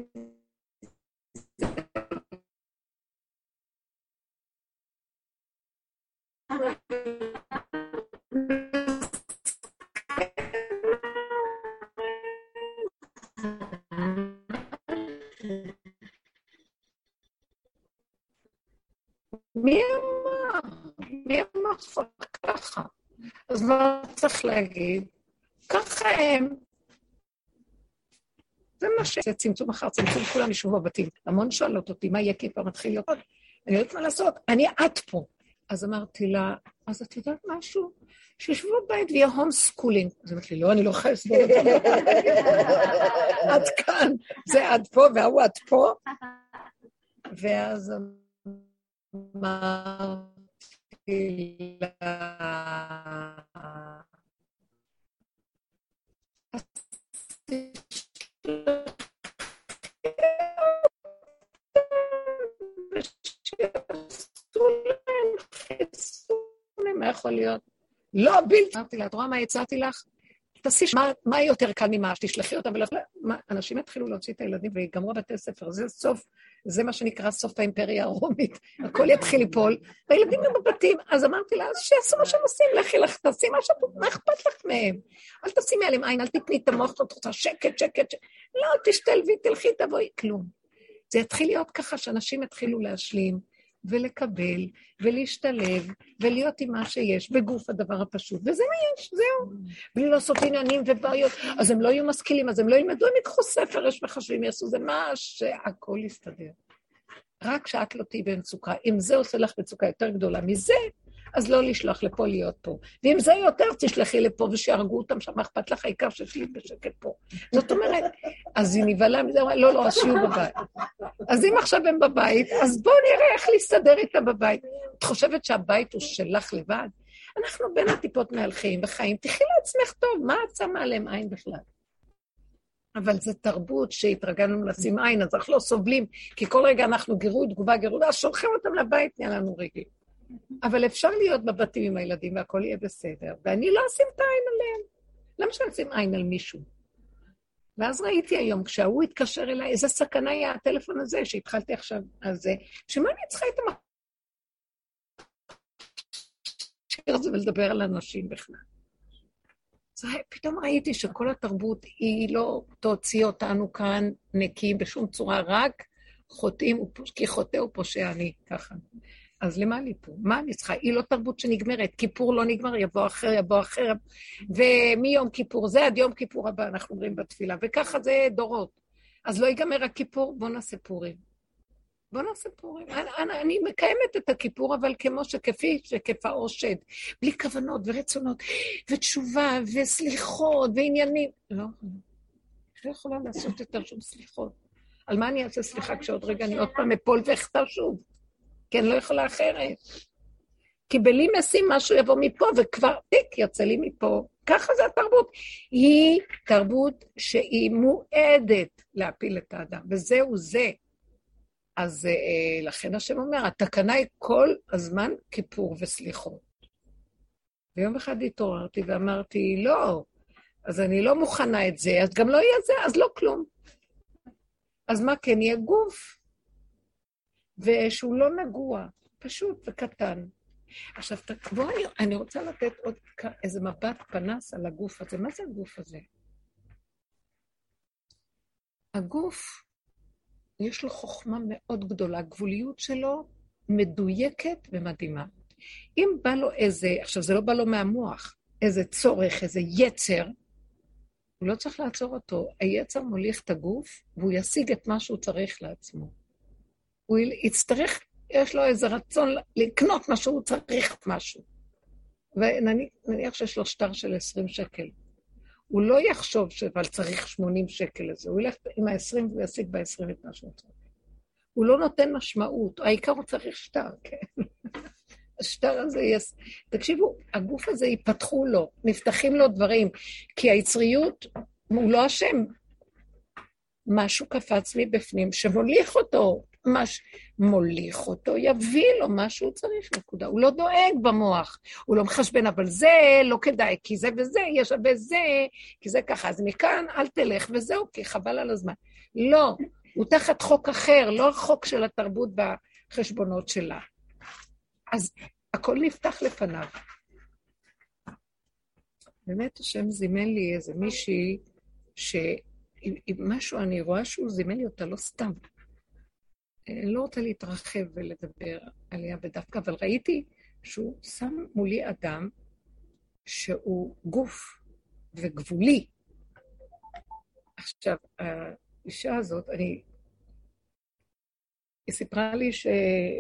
מי אמר? מי אמר ככה? אז מה צריך להגיד? ככה הם. זה מה ש... זה צמצום אחר צמצום, כולם ישבו בבתים. המון שואלות אותי, מה יהיה כיפה מתחיל להיות? אני יודעת מה לעשות, אני עד פה. אז אמרתי לה, אז את יודעת משהו? שישבו בבית ויהיה הום סקולינג. אז אמרתי לי, לא, אני לא יכולה לסבור את זה. עד כאן, זה עד פה, והוא עד פה. ואז אמרתי לה, מה יכול להיות? לא, בלתי. אמרתי לה, את רואה מה הצעתי לך? תעשי, מה, מה יותר קל ממה? שתשלחי אותם ולא... מה, אנשים התחילו להוציא את הילדים ויגמרו בתי ספר, זה סוף, זה מה שנקרא סוף האימפריה הרומית, הכל יתחיל ליפול, והילדים הם בבתים, אז אמרתי לה, אז שיעשו מה שהם עושים, לכי לך, תעשי מה שאת, מה אכפת לך מהם? אל תשימי עליהם עין, אל תתני את המוח, את רוצה שקט, שקט, שקט, לא, תשתלבי, תלכי, תבואי, כלום. זה יתחיל להיות ככה שאנשים יתחילו להשלים, ולקבל, ולהשתלב, ולהיות עם מה שיש, בגוף הדבר הפשוט, וזה מה יש, זהו. בלי לעשות עניינים ובעיות, אז הם לא יהיו משכילים, אז הם לא ילמדו, הם יקחו ספר, יש מחשבים, יעשו, זה מה שהכל יסתדר. רק שאת לא תהי במצוקה, אם זה עושה לך מצוקה יותר גדולה מזה, אז לא לשלוח לפה להיות פה. ואם זה יותר, תשלחי לפה ושירגו אותם שם, אכפת לך, העיקר שתהיי בשקט פה. זאת אומרת, אז היא נבלה מזה, לא, לא, אז שיהיו בבית. אז אם עכשיו הם בבית, אז בואו נראה איך להסתדר איתה בבית. את חושבת שהבית הוא שלך לבד? אנחנו בין הטיפות מהלכים וחיים, תחי לעצמך טוב, מה את שמה עליהם עין בכלל? אבל זו תרבות שהתרגלנו לשים עין, אז אנחנו לא סובלים, כי כל רגע אנחנו גירו, תגובה, גירו, אז שולחים אותם לבית, נהיה לנו רגל. אבל אפשר להיות בבתים עם הילדים והכל יהיה בסדר, ואני לא אשים את העין עליהם. למה שאני אשים עין על מישהו? ואז ראיתי היום, כשהוא התקשר אליי, איזה סכנה היה הטלפון הזה, שהתחלתי עכשיו על זה, שמה אני צריכה את המכשיר הזה ולדבר על אנשים בכלל? אז פתאום ראיתי שכל התרבות היא לא תוציא אותנו כאן נקיים בשום צורה, רק חוטאים, כי חוטא הוא פושע אני, ככה. אז למה לי פה? מה אני צריכה? היא לא תרבות שנגמרת, כיפור לא נגמר, יבוא אחר, יבוא אחר, ומיום כיפור זה עד יום כיפור הבא, אנחנו אומרים בתפילה, וככה זה דורות. אז לא ייגמר הכיפור, בוא נעשה פורים. בוא נעשה פורים. אני, אני, אני מקיימת את הכיפור, אבל כמו שכפי שכפה עושד, בלי כוונות ורצונות, ותשובה וסליחות ועניינים. לא, לא יכולה לעשות יותר שום סליחות. על מה אני אעשה סליחה כשעוד רגע אני עוד פעם אפול ואחטא שוב? כן, לא יכולה אחרת. כי בלי משים משהו יבוא מפה, וכבר טיק יוצא לי מפה. ככה זה התרבות. היא תרבות שהיא מועדת להפיל את האדם, וזהו זה. אז אה, לכן השם אומר, התקנה היא כל הזמן כיפור וסליחות. ויום אחד התעוררתי ואמרתי, לא, אז אני לא מוכנה את זה, אז גם לא יהיה זה, אז לא כלום. אז מה כן, יהיה גוף. ושהוא לא נגוע, פשוט וקטן. עכשיו, בואו, אני, אני רוצה לתת עוד איזה מבט פנס על הגוף הזה. מה זה הגוף הזה? הגוף, יש לו חוכמה מאוד גדולה, הגבוליות שלו מדויקת ומדהימה. אם בא לו איזה, עכשיו זה לא בא לו מהמוח, איזה צורך, איזה יצר, הוא לא צריך לעצור אותו. היצר מוליך את הגוף, והוא ישיג את מה שהוא צריך לעצמו. הוא יצטרך, יש לו איזה רצון לקנות משהו, הוא צריך משהו. ונניח שיש לו שטר של עשרים שקל. הוא לא יחשוב אבל צריך שמונים שקל לזה, הוא ילך עם ה-עשרים וישיג ב-עשרים את מה שהוא צריך. הוא לא נותן משמעות, העיקר הוא צריך שטר, כן. השטר הזה, יש... תקשיבו, הגוף הזה ייפתחו לו, נפתחים לו דברים, כי היצריות, הוא לא אשם. משהו קפץ מבפנים שמוליך אותו, מש... מוליך אותו, יביא לו מה שהוא צריך, נקודה. הוא לא דואג במוח, הוא לא מחשבן, אבל זה לא כדאי, כי זה וזה, יש וזה, כי זה ככה, אז מכאן אל תלך וזהו, כי חבל על הזמן. לא, הוא תחת חוק אחר, לא החוק של התרבות בחשבונות שלה. אז הכל נפתח לפניו. באמת השם זימן לי איזה מישהי, שמשהו אני רואה שהוא זימן לי אותה, לא סתם. לא רוצה להתרחב ולדבר עליה בדווקא, אבל ראיתי שהוא שם מולי אדם שהוא גוף וגבולי. עכשיו, האישה הזאת, אני... היא סיפרה לי ש...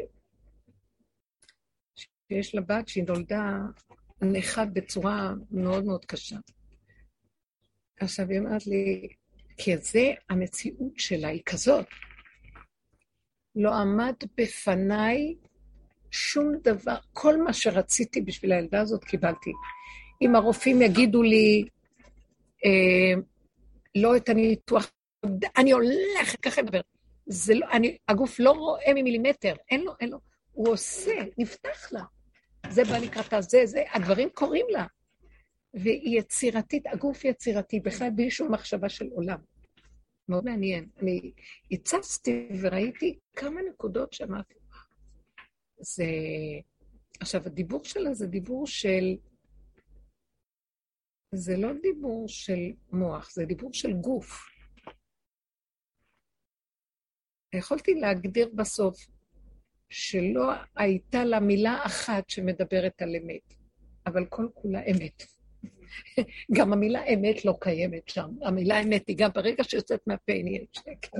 שיש לה בת שהיא נולדה נכה בצורה מאוד מאוד קשה. עכשיו היא אמרת לי, כי זה המציאות שלה, היא כזאת. לא עמד בפניי שום דבר, כל מה שרציתי בשביל הילדה הזאת קיבלתי. אם הרופאים יגידו לי, אה, לא את הניתוח, אני הולכת ככה לדבר. זה לא, אני, הגוף לא רואה ממילימטר, אין לו, אין לו. הוא עושה, נפתח לה. זה בא לקראתה, זה, זה, הדברים קוראים לה. והיא יצירתית, הגוף יצירתי, בכלל בלי שום מחשבה של עולם. מאוד מעניין. אני הצצתי וראיתי כמה נקודות שאמרתי. זה... עכשיו, הדיבור שלה זה דיבור של... זה לא דיבור של מוח, זה דיבור של גוף. יכולתי להגדיר בסוף שלא הייתה לה מילה אחת שמדברת על אמת, אבל כל כולה אמת. גם המילה אמת לא קיימת שם. המילה אמת היא גם ברגע שיוצאת מהפה נהיה שקר.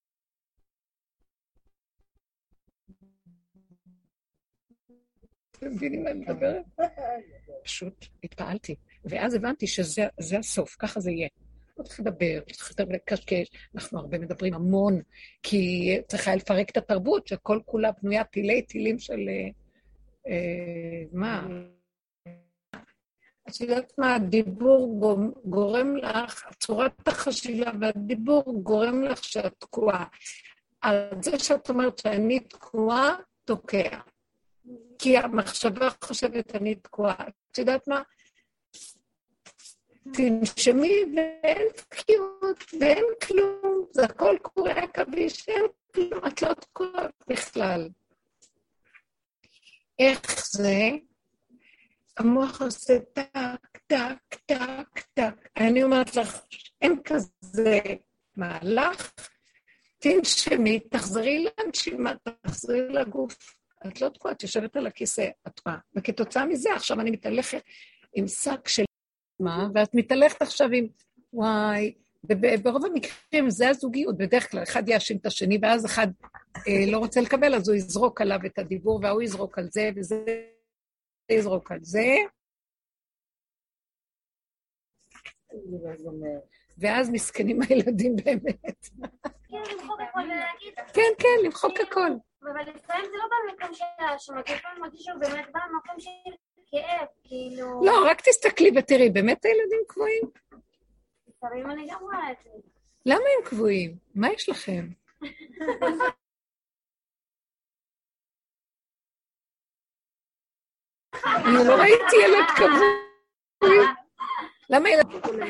אתם מבינים מה אני מדברת? פשוט התפעלתי. ואז הבנתי שזה הסוף, ככה זה יהיה. לא צריך לדבר, לא צריך לדבר לקשקש, אנחנו הרבה מדברים המון, כי צריכה לפרק את התרבות, שכל כולה בנויה תילי תילים של... אה, מה? את יודעת מה, הדיבור גורם לך, צורת החשיבה והדיבור גורם לך שאת תקועה. על זה שאת אומרת שאני תקועה, תוקע. כי המחשבה חושבת אני תקועה. את יודעת מה? תנשמי ואין תקיעות ואין כלום, זה הכל קורה כביש, אין כלום, את לא תקועה בכלל. איך זה? המוח עושה טק, טק, טק, טק. אני אומרת לך, אין כזה מהלך, תנשמי, תחזרי לנשימה, תחזרי לגוף. את לא תקועה, את יושבת על הכיסא, את רואה. וכתוצאה מזה, עכשיו אני מתהלכת עם שק של מה, ואת מתהלכת עכשיו עם, וואי, וברוב המקרים זה הזוגיות, בדרך כלל אחד יאשים את השני, ואז אחד אה, לא רוצה לקבל, אז הוא יזרוק עליו את הדיבור, והוא יזרוק על זה, וזה יזרוק על זה. ואז מסכנים הילדים באמת. כן, למחוק הכל ולהגיד. כן, כן, למחוק הכל. אבל לפעמים זה לא במקום של האשמה, כי לפעמים מרגיש שהוא באמת במקום של כאב, כאילו... לא, רק תסתכלי ותראי, באמת הילדים קבועים? לפעמים אני גם רואה את זה. למה הם קבועים? מה יש לכם? אני לא ראיתי ילד קבוע. למה ילד...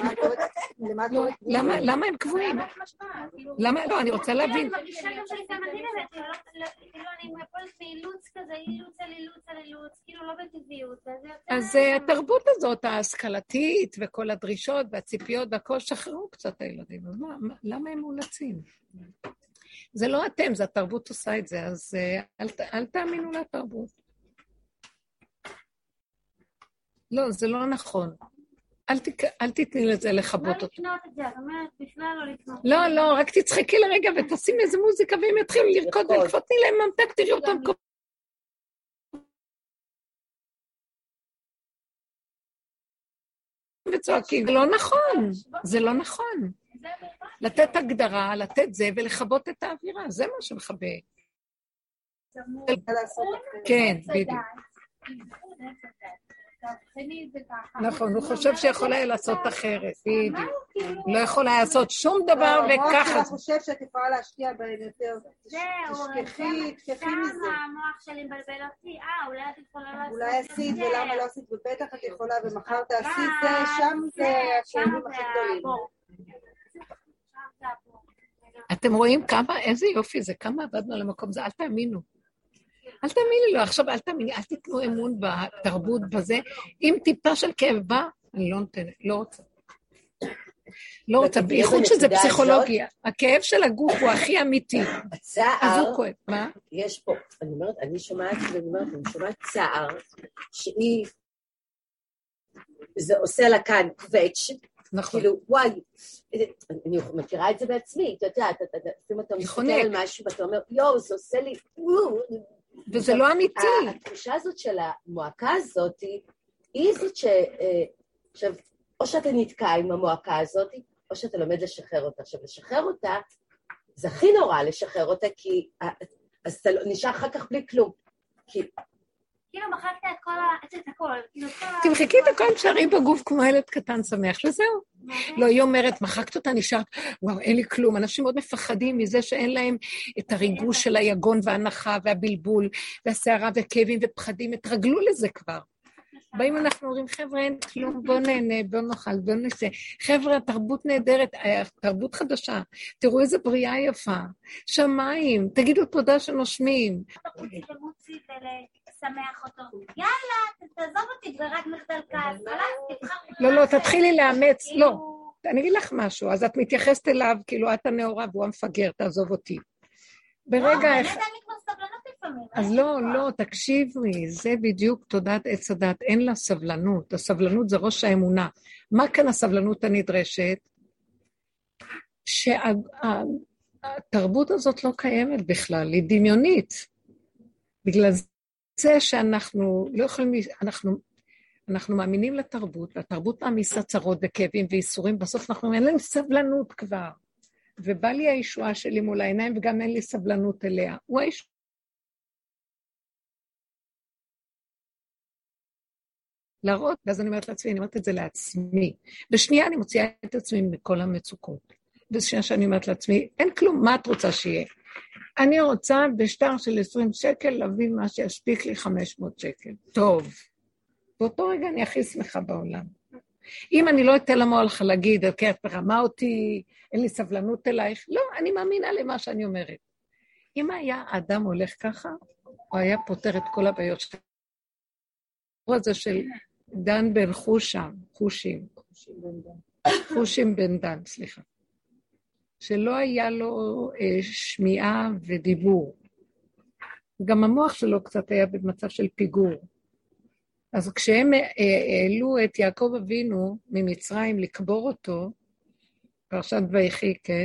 למה הם קבועים? למה? לא, אני רוצה להבין. אני מרגישה גם שלפעמים אני באמת, כאילו אני מפולת מאילוץ כזה, אילוץ על אילוץ על אילוץ, כאילו לא בטבעיות. אז התרבות הזאת, ההשכלתית וכל הדרישות והציפיות והכל, שחררו קצת הילדים. אז למה הם מולצים? זה לא אתם, זה התרבות עושה את זה, אז אל תאמינו לתרבות. לא, זה לא נכון. אל תתני לזה לחבות אותו. לא לקנות את זה, את אומרת, בכלל לא לקנות. לא, לא, רק תצחקי לרגע ותשים איזה מוזיקה, והם יתחילו לרקוד ולקפות, תני להם ממתק, תראי אותם כל... וצועקים, זה לא נכון, זה לא נכון. לתת הגדרה, לתת זה, ולחבות את האווירה, זה מה שמחבא. כן, בדיוק. נכון, הוא חושב שיכול היה לעשות אחרת, בדיוק. לא יכול היה לעשות שום דבר וככה. הוא חושב שאת יכולה להשקיע בהם יותר. תשכחי, תשכחי מזה. כמה המוח שלי מבלבל אותי, אה, אולי את יכולה לעשות את זה. אולי עשית ולמה לא עשית, ובטח את יכולה ומחר תעשי זה, שם זה השאלים הכי גדולים. אתם רואים כמה, איזה יופי זה, כמה עבדנו למקום זה, אל תאמינו. אל תאמיני לו, עכשיו אל תאמיני, אל תתנו אמון בתרבות בזה, אם טיפה של כאב בא, אני לא נותנת, לא רוצה. לא רוצה, בייחוד שזה פסיכולוגיה. הכאב של הגוף הוא הכי אמיתי. הצער, מה? יש פה, אני אומרת, אני שומעת, אני אומרת, אני שומעת צער, שהיא, זה עושה לה כאן קווץ', נכון. כאילו, וואי, אני מכירה את זה בעצמי, אתה יודע, אם אתה מסתכל על משהו ואתה אומר, יואו, זה עושה לי, וזה לא אמיתי. התחושה הזאת של המועקה הזאת, היא זאת ש... עכשיו, או שאתה נתקע עם המועקה הזאת, או שאתה לומד לשחרר אותה. עכשיו, לשחרר אותה, זה הכי נורא לשחרר אותה, כי אז אתה נשאר אחר כך בלי כלום. כי... כאילו מחקת את כל ה... את הכל. תמחקי את הכל, שערי בגוף כמו ילד קטן שמח, וזהו. לא, היא אומרת, מחקת אותה, נשארת, וואו, אין לי כלום. אנשים מאוד מפחדים מזה שאין להם את הריגוש של היגון והנחה והבלבול, והשערה וכאבים ופחדים, התרגלו לזה כבר. באים אנחנו אומרים, חבר'ה, אין כלום, בוא נהנה, בוא נאכל, בוא נעשה. חבר'ה, תרבות נהדרת, תרבות חדשה, תראו איזה בריאה יפה, שמיים, תגידו תודה שנושמים. תחוצי ומוצי ולשמח אותו. יאללה, תעזוב אותי, זה רק מחדל כעס. לא, לא, תתחילי לאמץ, לא. אני אגיד לך משהו, אז את מתייחסת אליו, כאילו את הנאורה והוא המפגר, תעזוב אותי. ברגע אחד... אז לא, לא, תקשיבי, זה בדיוק תודעת עץ הדת, אין לה סבלנות, הסבלנות זה ראש האמונה. מה כאן הסבלנות הנדרשת? שהתרבות הזאת לא קיימת בכלל, היא דמיונית. בגלל זה שאנחנו לא יכולים, אנחנו, אנחנו מאמינים לתרבות, והתרבות מעמיסה צרות וכאבים ואיסורים, בסוף אנחנו אין להם סבלנות כבר. ובא לי הישועה שלי מול העיניים, וגם אין לי סבלנות אליה. הוא הישועה. להראות, ואז אני אומרת לעצמי, אני אומרת את זה לעצמי. בשנייה אני מוציאה את עצמי מכל המצוקות. בשנייה שאני אומרת לעצמי, אין כלום, מה את רוצה שיהיה? אני רוצה בשטר של עשרים שקל להביא מה שישפיק לי חמש מאות שקל. טוב. באותו רגע אני הכי שמחה בעולם. אם אני לא אתן למוח להגיד, אוקיי, את מרמה אותי, אין לי סבלנות אלייך, לא, אני מאמינה למה שאני אומרת. אם היה האדם הולך ככה, הוא היה פותר את כל הבעיות שלו. הזה של דן בן חושם, חושים, חושים בן דן, סליחה. שלא היה לו אה, שמיעה ודיבור. גם המוח שלו קצת היה במצב של פיגור. אז כשהם העלו את יעקב אבינו ממצרים לקבור אותו, פרשת ויחי, כן?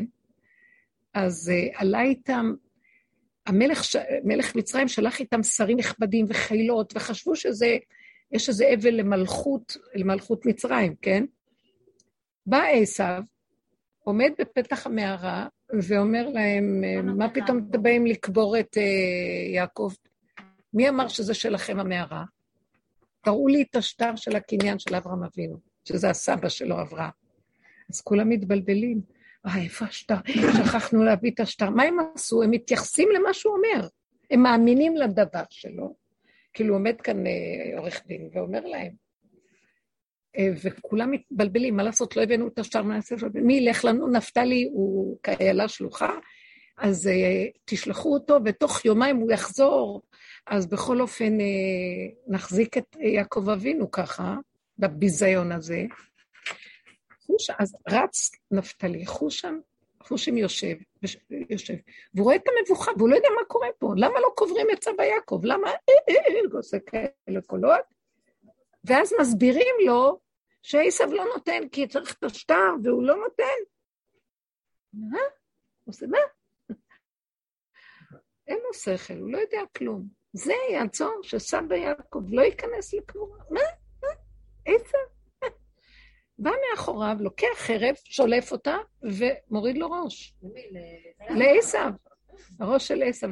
אז uh, עלה איתם, המלך ש... מלך מצרים שלח איתם שרים נכבדים וחילות, וחשבו שזה, יש איזה אבל למלכות, למלכות מצרים, כן? בא עשיו, עומד בפתח המערה, ואומר להם, מה פתאום אתם באים לקבור את uh, יעקב? מי אמר שזה שלכם המערה? תראו לי את השטר של הקניין של אברהם אבינו, שזה הסבא שלו אברהם. אז כולם מתבלבלים. אה, איפה השטר? שכחנו להביא את השטר. מה הם עשו? הם מתייחסים למה שהוא אומר. הם מאמינים לדבר שלו. כאילו עומד כאן אה, עורך דין ואומר להם. אה, וכולם מתבלבלים. מה לעשות? לא הבאנו את השטר מהספר. מי ילך לנו? נפתלי הוא כאלה שלוחה. אז אה, תשלחו אותו, ותוך יומיים הוא יחזור. אז בכל אופן נחזיק את יעקב אבינו ככה, בביזיון הזה. חוש, אז רץ נפתלי, חושם, חושים יושב, יושב, והוא רואה את המבוכה, והוא לא יודע מה קורה פה, למה לא קוברים את סבא יעקב, למה עושה כאלה קולות, ואז מסבירים לו שעשיו לא נותן, כי צריך את השטר, והוא לא נותן. מה? עושה מה? אין לו שכל, הוא לא יודע כלום. זה יעצור שסבא יעקב לא ייכנס לקבורה. מה? מה? איזה? בא מאחוריו, לוקח חרב, שולף אותה, ומוריד לו ראש. לעשיו. הראש של עשיו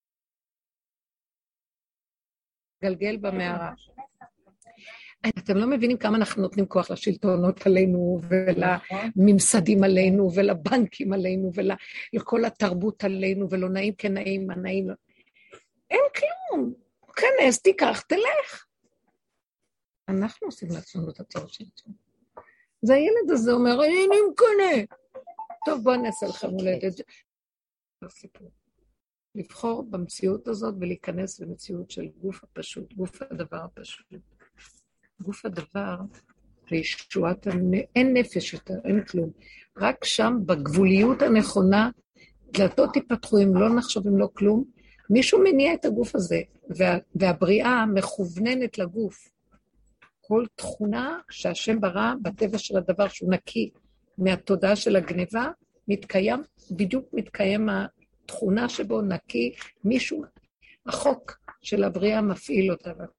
גלגל במערה. אתם לא מבינים כמה אנחנו נותנים כוח לשלטונות עלינו, ולממסדים עלינו, ולבנקים עלינו, ולכל התרבות עלינו, ולא נעים כנעים, מה נעים לא. אין כלום. כנס, תיקח, תלך. אנחנו עושים לעצמנו את הצורך שלנו. זה הילד הזה אומר, אני נמקנה. טוב, בוא נעשה לכם הולדת. לבחור במציאות הזאת ולהיכנס במציאות של גוף הפשוט, גוף הדבר הפשוט. גוף הדבר, וישועת, אין נפש יותר, אין כלום. רק שם, בגבוליות הנכונה, דלתות ייפתחו, אם לא נחשוב, אם לא כלום, מישהו מניע את הגוף הזה, וה, והבריאה מכווננת לגוף. כל תכונה שהשם ברא בטבע של הדבר שהוא נקי מהתודעה של הגניבה, מתקיים, בדיוק מתקיים התכונה שבו נקי מישהו, החוק של הבריאה מפעיל אותה.